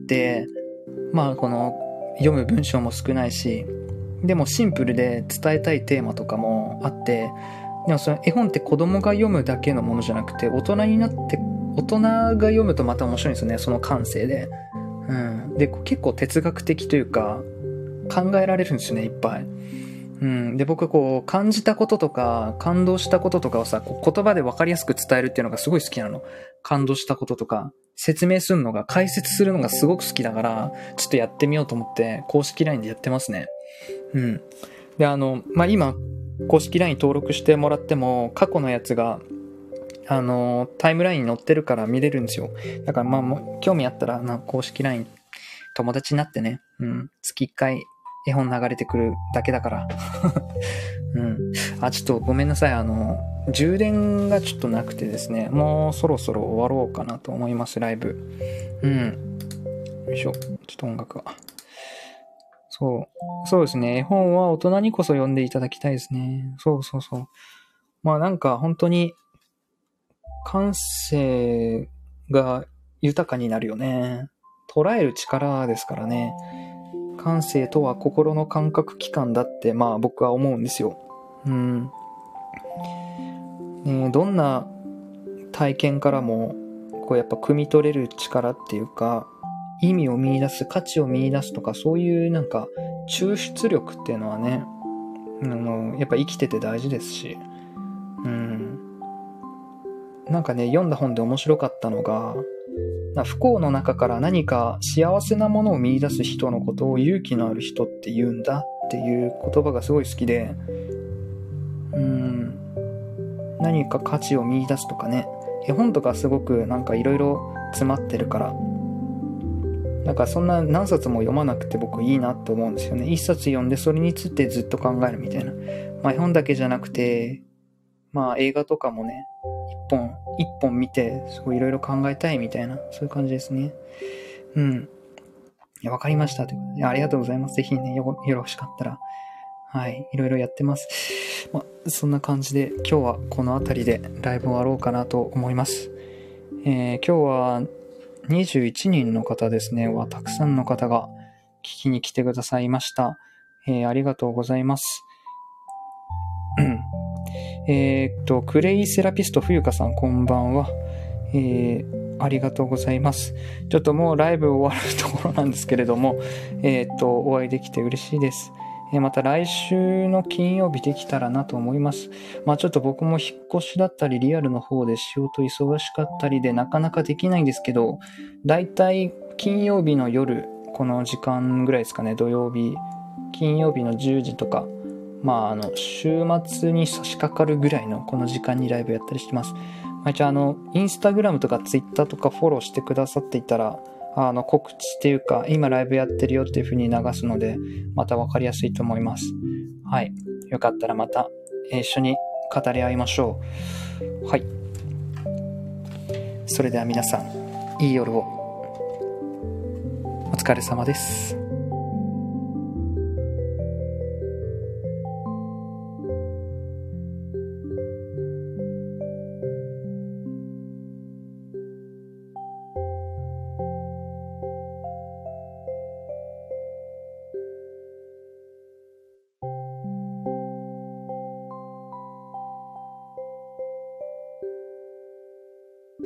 まあこの読む文章も少ないし、でもシンプルで伝えたいテーマとかもあって、でもその絵本って子供が読むだけのものじゃなくて、大人になって大人が読むとまた面白いんですよね、その感性で。で、結構哲学的というか考えられるんですよね、いっぱい。で、僕感じたこととか感動したこととかをさ、言葉で分かりやすく伝えるっていうのがすごい好きなの。感動したこととか説明するのが、解説するのがすごく好きだから、ちょっとやってみようと思って公式 LINE でやってますね。で、今公式 LINE 登録してもらっても過去のやつがタイムラインに載ってるから見れるんですよ。だからもう興味あったら公式 LINE 友達になってね、月1回絵本流れてくるだけだからちょっとごめんなさい。充電がちょっとなくてですね、もうそろそろ終わろうかなと思います、ライブ。よいしょ。ちょっと音楽が。そうですね。絵本は大人にこそ読んでいただきたいですね。そう。まあなんか本当に感性が豊かになるよね。捉える力ですからね。感性とは心の感覚器官だって僕は思うんですよ。どんな体験からもやっぱ汲み取れる力っていうか、意味を見出す、価値を見出すとか、そういう抽出力っていうのはね、やっぱ生きてて大事ですし、読んだ本で面白かったのが、不幸の中から何か幸せなものを見出す人のことを勇気のある人って言うんだっていう言葉がすごい好きで、何か価値を見出すとかね、絵本とかすごくいろいろ詰まってるから、そんな何冊も読まなくて僕いいなと思うんですよね。一冊読んでそれについてずっと考えるみたいな。絵本だけじゃなくて、映画とかもね、一本見てすごいいろいろ考えたいみたいな、そういう感じですね。わかりましたということで、ありがとうございます。ぜひね、よろしかったら、いろいろやってます。そんな感じで今日はこの辺りでライブ終わろうかなと思います。今日は21人の方ですね。たくさんの方が聞きに来てくださいました。ありがとうございます。クレイセラピスト冬香さん、こんばんは。ありがとうございます。ちょっともうライブ終わるところなんですけれども、お会いできて嬉しいです。また来週の金曜日できたらなと思います。ちょっと僕も引っ越しだったりリアルの方で仕事忙しかったりでなかなかできないんですけど、だいたい金曜日の夜この時間ぐらいですかね。土曜日金曜日の10時とか、週末に差し掛かるぐらいのこの時間にライブやったりしてます。一応インスタグラムとかツイッターとかフォローしてくださっていたら、告知っていうか、今ライブやってるよっていう風に流すので、また分かりやすいと思います。よかったらまた一緒に語り合いましょう。それでは皆さん、いい夜を。お疲れ様です。